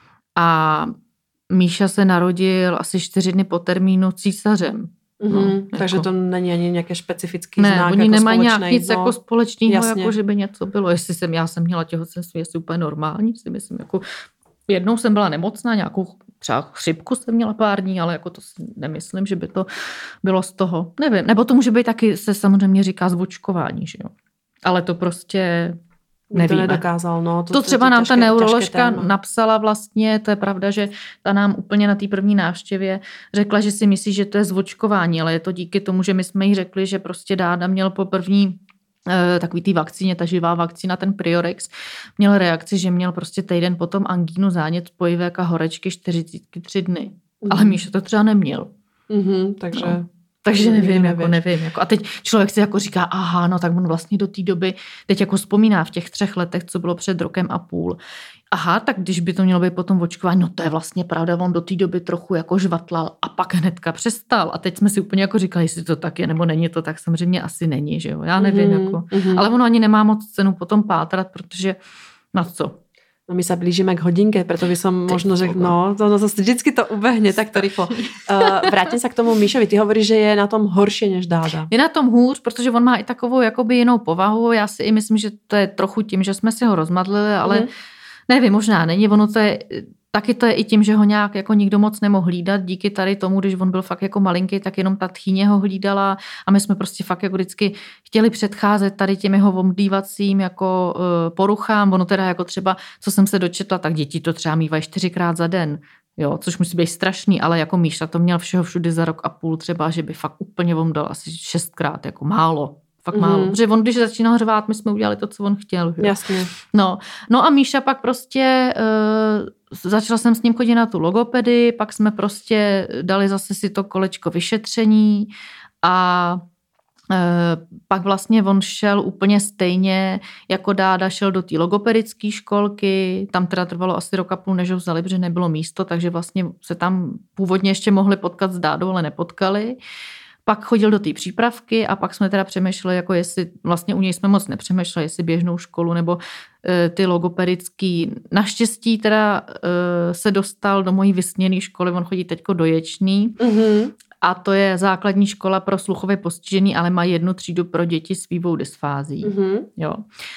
a Míša se narodil asi 4 dny po termínu císařem. Takže to není ani nějaké specifický znak. Ne, oni jako nemají nějak nic jako společného, jako že by něco bylo. Já jsem měla těhotenství, jestli úplně normální, si myslím, jako jednou jsem byla nemocná, nějakou třeba chřipku jsem měla pár dní, ale jako to si nemyslím, že by to bylo z toho. Nevím, nebo to může být taky, se samozřejmě říká zvučkování, že jo. Ale to prostě nevíme. To nedokázal, no. To třeba nám ta neuroložka napsala vlastně, to je pravda, že ta nám úplně na té první návštěvě řekla, že si myslí, že to je zvučkování, ale je to díky tomu, že my jsme jí řekli, že prostě Dáda měl po první takový té vakcíně, ta živá vakcína, ten Priorex, měl reakci, že měl prostě týden potom angínu, zánět spojivek a horečky 43 dny. Ale Míša to třeba neměl. Takže... No. Takže nevím. A teď člověk si jako říká, aha, no tak on vlastně do té doby, teď jako vzpomíná v těch 3 letech, co bylo před 1,5 roku. Aha, tak když by to mělo být potom očkování, no to je vlastně pravda, on do té doby trochu jako žvatlal a pak hnedka přestal. A teď jsme si úplně jako říkali, jestli to tak je nebo není to, tak samozřejmě asi není, že jo. Já nevím, jako. Ale ono ani nemá moc cenu potom pátrat, protože na co? No my sa blížime k hodinke, preto by som možno, že vždycky to ubehne takto rýchlo. Vrátim sa k tomu Míšovi. Ty hovoríš, že je na tom horšie než Dáda. Je na tom hůř, protože on má i takovou jakoby jinou povahu. Já si i myslím, že to je trochu tím, že jsme si ho rozmadlili, ale nevím, možná není. Ono to je... Taky to je i tím, že ho nějak jako nikdo moc nemohl hlídat. Díky tady tomu, když on byl fakt jako malinký, tak jenom ta tchýně ho hlídala a my jsme prostě fakt jako vždycky chtěli předcházet tady těm jeho omdlívacím jako poruchám. Ono teda jako třeba, co jsem se dočetla, tak děti to třeba mývají 4krát za den. Jo, což musí být strašný, ale jako Míša to měl všeho všude za 1,5 roku třeba, že by fakt úplně omdal asi 6krát, jako málo. Fakt málo. Protože on, když začínal řvát, my jsme udělali to, co on chtěl. Že? Jasně. No a Míša pak prostě, začala jsem s ním chodit na tu logopedii, pak jsme prostě dali zase si to kolečko vyšetření a pak vlastně on šel úplně stejně, jako Dáda šel do té logopedické školky, tam teda trvalo asi 1,5 roku, než ho vzali, protože nebylo místo, takže vlastně se tam původně ještě mohli potkat s Dádou, ale nepotkali. Pak chodil do té přípravky a pak jsme teda přemýšleli, jako jestli, vlastně u něj jsme moc nepřemýšleli, jestli běžnou školu nebo ty logopedický. Naštěstí teda se dostal do mojí vysněné školy, on chodí teďko do Ječný a to je základní škola pro sluchově postižený, ale má 1 třídu pro děti s vývojovou dysfází. Jo.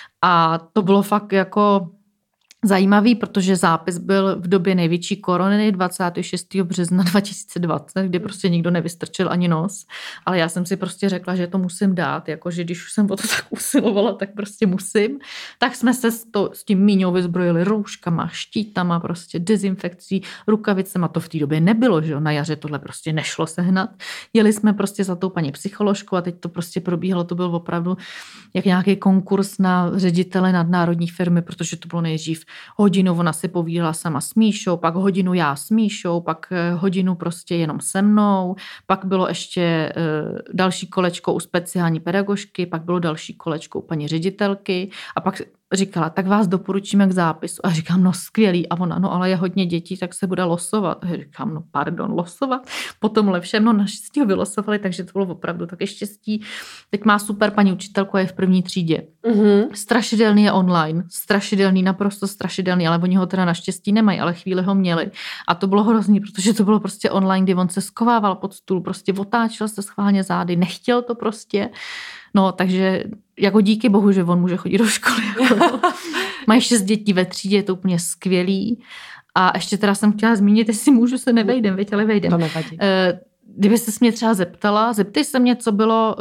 A to bylo fakt jako zajímavý, protože zápis byl v době největší korony 26. března 2020, kdy prostě nikdo nevystrčil ani nos, ale já jsem si prostě řekla, že to musím dát, jakože když už jsem o to tak usilovala, tak prostě musím. Tak jsme se s tím Míňou vyzbrojili rouškama, štítama, prostě dezinfekcí, rukavicema, to v té době nebylo, že jo, na jaře tohle prostě nešlo sehnat. Jeli jsme prostě za tou paní psycholožkou a teď to prostě probíhalo, to byl opravdu jak nějaký konkurs na ředitele nadnárodní firmy, protože to bylo nejdřív hodinu ona si povídala sama s Míšou, pak hodinu já s Míšou, pak hodinu prostě jenom se mnou, pak bylo ještě další kolečko u speciální pedagožky, pak bylo další kolečko u paní ředitelky a pak říkala, tak vás doporučíme k zápisu. A říkám, no skvělý. A ona, no ale je hodně dětí, tak se bude losovat. A říkám, no pardon, losovat? Potom všem, no naštěstí ho vylosovali, takže to bylo opravdu také štěstí. Teď má super paní učitelku a je v 1. třídě. Strašidelný je online. Strašidelný, naprosto strašidelný, ale oni ho teda naštěstí nemají, ale chvíli ho měli. A to bylo hrozný, protože to bylo prostě online, kdy on se skovával pod stůl, prostě otáčel se schválně zády, nechtěl to prostě. No, takže jako díky bohu, že on může chodit do školy. Jako, mají 6 dětí ve třídě, je to úplně skvělý. A ještě teda jsem chtěla zmínit, jestli můžu, se nevejdem, veď, ale vejdem. To nevadí. Kdyby se mě třeba zeptala, zeptej se mě, co bylo...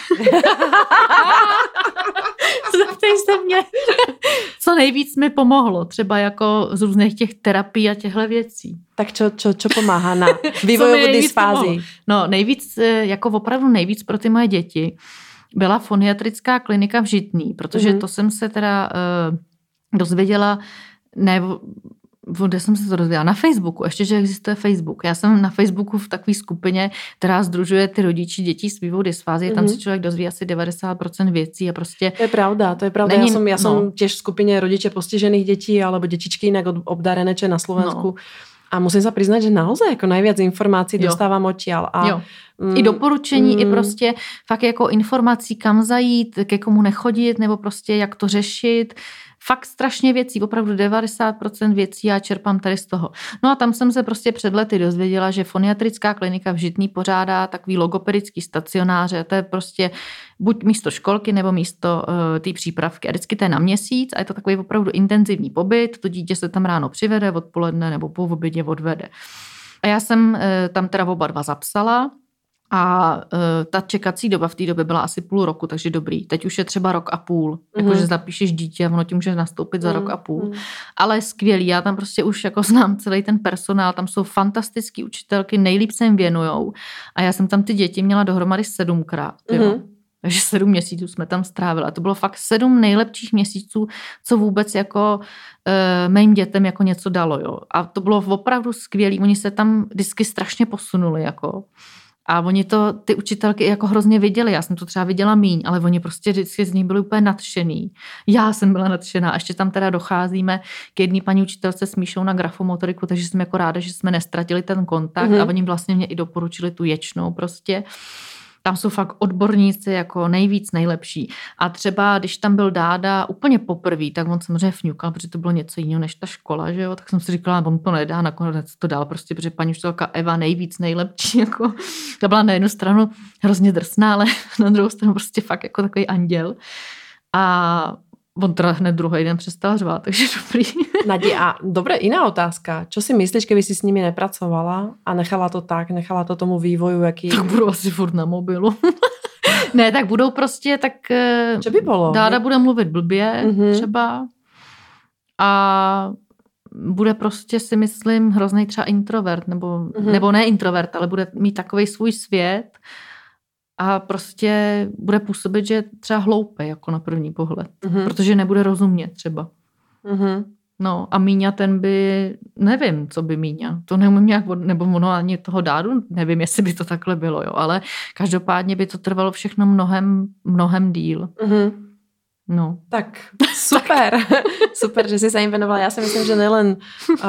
Zeptej se mě, co nejvíc mi pomohlo, třeba jako z různých těch terapií a těchto věcí. Tak čo pomáhá na vývojovou dysfázii? No nejvíc, jako opravdu nejvíc pro ty moje děti byla foniatrická klinika v Žitný, protože to jsem se teda dozvěděla, kde jsem se to dozvěděla? Na Facebooku, ještě, že existuje Facebook. Já jsem na Facebooku v takové skupině, která sdružuje ty rodiči dětí s vývojovou dysfází. Tam si člověk dozví asi 90% věcí a prostě... To je pravda. Ja som tiež v skupine rodiče postižených detí alebo detičky inak obdarené, čo je na Slovensku. A musím sa priznať, že naozaj jako najviac informácií dostávam odtiaľ. A i doporučení, i prostě fakt jako informací, kam zajít, ke komu nechodit, nebo prostě jak to řešit. Fakt strašně věcí, opravdu 90% věcí já čerpám tady z toho. No a tam jsem se prostě před lety dozvěděla, že foniatrická klinika v Žitný pořádá takový logopedický stacionáře. To je prostě buď místo školky, nebo místo té přípravky. A vždycky to je na měsíc a je to takový opravdu intenzivní pobyt. To dítě se tam ráno přivede, odpoledne nebo po obědě odvede. A já jsem tam teda oba dva zapsala. A ta čekací doba v té době byla asi půl roku, takže dobrý. Teď už je třeba rok a půl. Jakože zapíšeš dítě a ono ti může nastoupit za rok a půl. Ale skvělý, já tam prostě už jako znám celý ten personál, tam jsou fantastický učitelky, nejlíp se jim věnujou. A já jsem tam ty děti měla dohromady 7krát. Takže 7 měsíců jsme tam strávili. A to bylo fakt 7 nejlepších měsíců, co vůbec jako mým dětem jako něco dalo. Jo. A to bylo opravdu skvělý. Oni se tam vždycky strašně posunuli. Jako. A oni to, ty učitelky jako hrozně viděli. Já jsem to třeba viděla míň, ale oni prostě vždycky z nich byli úplně nadšený. Já jsem byla nadšená. A ještě tam teda docházíme k jedné paní učitelce s Míšou na grafomotoriku, takže jsem jako ráda, že jsme nestratili ten kontakt a oni vlastně mě i doporučili tu Ječnou prostě. Tam jsou fakt odborníci jako nejvíc nejlepší. A třeba, když tam byl Dáda úplně poprvé, tak on samozřejmě fňukal, protože to bylo něco jiného než ta škola, že jo? Tak jsem si říkala, on to nedá, nakonec to dal prostě, protože paní učitelka Eva nejvíc nejlepší, jako ta byla na jednu stranu hrozně drsná, ale na druhou stranu prostě fakt jako takový anděl. A on teda hned druhý den přestal řvát, takže dobrý. Nadi, a dobre, iná otázka. Čo si myslíš, keby si s nimi nepracovala a nechala to tak, nechala to tomu vývoju, jaký... Tak budou asi furt na mobilu. Ne, tak budou prostě tak... Čo by bolo? Dáda bude mluvit blbě třeba a bude prostě si myslím hrozný třeba introvert, nebo ne introvert, ale bude mít takovej svůj svět a prostě bude působit, že je třeba hloupej jako na první pohled, protože nebude rozumět třeba. No a Míňa ten by, nevím, co by Míňa, to neumím nějak, nebo ono ani toho Dádu, nevím, jestli by to takhle bylo, jo, ale každopádně by to trvalo všechno mnohem díl. No. Tak, super. Super, že jsi se jim věnovala. Já si myslím, že nejen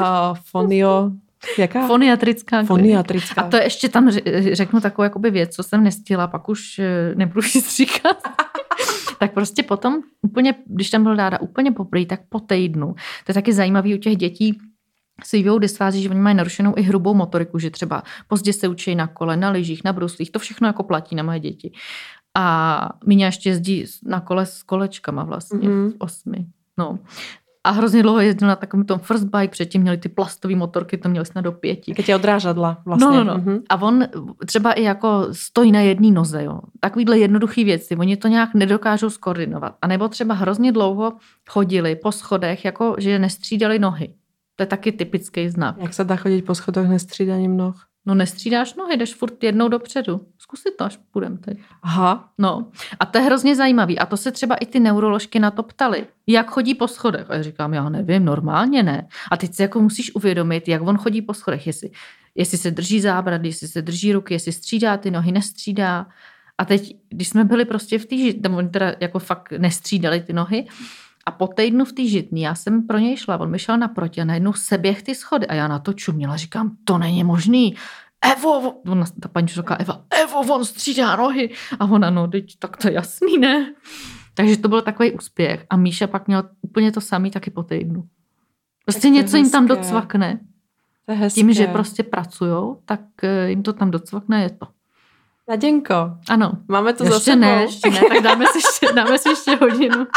Foniatrická. Foniatrická. A to ještě tam řeknu takovou jakoby věc, co jsem nestihla, pak už nebudu si říkat. Tak prostě potom úplně, když tam byl Dáda úplně poprvé, tak po týdnu. To je taky zajímavý u těch dětí s vývojovou dysfází, že oni mají narušenou i hrubou motoriku, že třeba pozdě se učí na kole, na lyžích, na bruslích, to všechno jako platí na moje děti. A Míňa ještě jezdí na kole s kolečkama vlastně, 8. No. A hrozně dlouho jezdil na takovém tom first bike, předtím měli ty plastové motorky, to měli snad do 5. Také tě odrážadla vlastně. No. A on třeba i jako stojí na jedné noze, jo. Takovýhle jednoduchý věci, oni to nějak nedokážou skoordinovat. A nebo třeba hrozně dlouho chodili po schodech, jako že nestřídali nohy. To je taky typický znak. Jak se dá chodit po schodech nestřídaním noh? No nestřídáš nohy, jdeš furt jednou dopředu. Zkusit to, až půjdem teď. Aha. No. A to je hrozně zajímavý. A to se třeba i ty neuroložky na to ptali. Jak chodí po schodech? A já říkám, já nevím, normálně ne. A teď si jako musíš uvědomit, jak on chodí po schodech. Jestli se drží zábrady, jestli se drží ruky, jestli střídá ty nohy, nestřídá. A teď, když jsme byli prostě v té tam oni teda jako fakt nestřídali ty nohy. A po týdnu v té Žitný, já jsem pro něj šla, on mi šel naproti a najednou se běh ty schody. A já na to čuměla, říkám, to není možný. Evo, ta paní říká, Eva, Evo, on střídá nohy. A ona, no, tak to je jasný, ne? Takže to byl takový úspěch. A Míša pak měl úplně to samý taky po týdnu. Prostě něco jim tam docvakne. To je hezké. Tím, že prostě pracujou, tak jim to tam docvakne, je to. Naděnko. Ano. Máme to ještě za sebou. Ještě ne, tak dáme si ještě hodinu.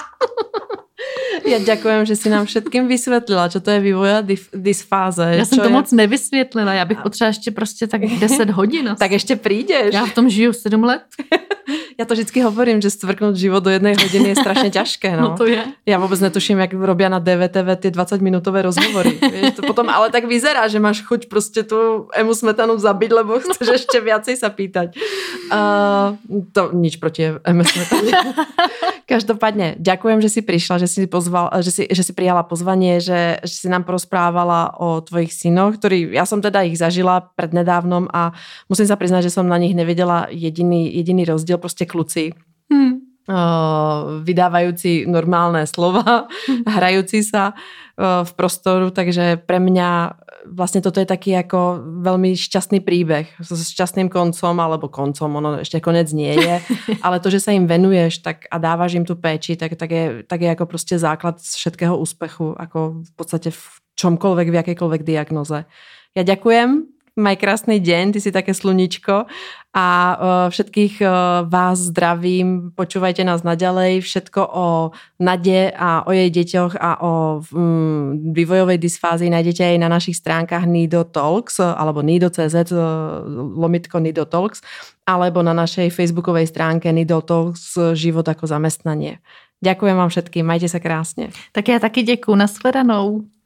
Ja ďakujem, že si nám všetkým vysvetlila, čo to je vývojová dysfáze. Já jsem to moc nevysvětlila, já bych potřeba ještě prostě tak 10 hodin. Tak ještě přijdeš. Já v tom žiju 7 let. Ja to vždycky hovorím, že stvrknúť život do 1 hodiny je strašne ťažké. No to je. Ja vôbec netuším, jak robia na DVTV tie 20-minutové rozhovory. Vieš, to potom ale tak vyzerá, že máš chuť prostě tu Emu Smetanu zabiť, lebo chceš ešte viacej sa pýtať. To nič proti Eme Smetane. Každopádne, ďakujem, že si prišla, že si prijala pozvanie, že si nám porozprávala o tvojich synoch, ktorí, ja som teda ich zažila prednedávnom a musím sa priznať, že som na nich nevedela jediný rozdiel, prostě kluci. Vydávajúci normálne slova, hrajúci sa v prostoru, takže pre mňa vlastne toto je taký ako veľmi šťastný príbeh s šťastným koncom, alebo koncom, ono ešte konec nie je, ale to, že sa im venuješ a dávaš im tú péči, tak je ako proste základ všetkého úspechu, ako v podstate v čomkoľvek, v jakejkoľvek diagnoze. Ja ďakujem, maj krásny deň, ty si také sluníčko a všetkých vás zdravím, počúvajte nás naďalej, všetko o Nade a o jej deťoch a o vývojovej dysfázii nájdete aj na našich stránkach Nido Talks alebo nido.cz / Talks alebo na našej facebookovej stránke Nido Talks život ako zamestnanie. Ďakujem vám všetkým, majte sa krásne. Tak já taky děkuju, nashledanou.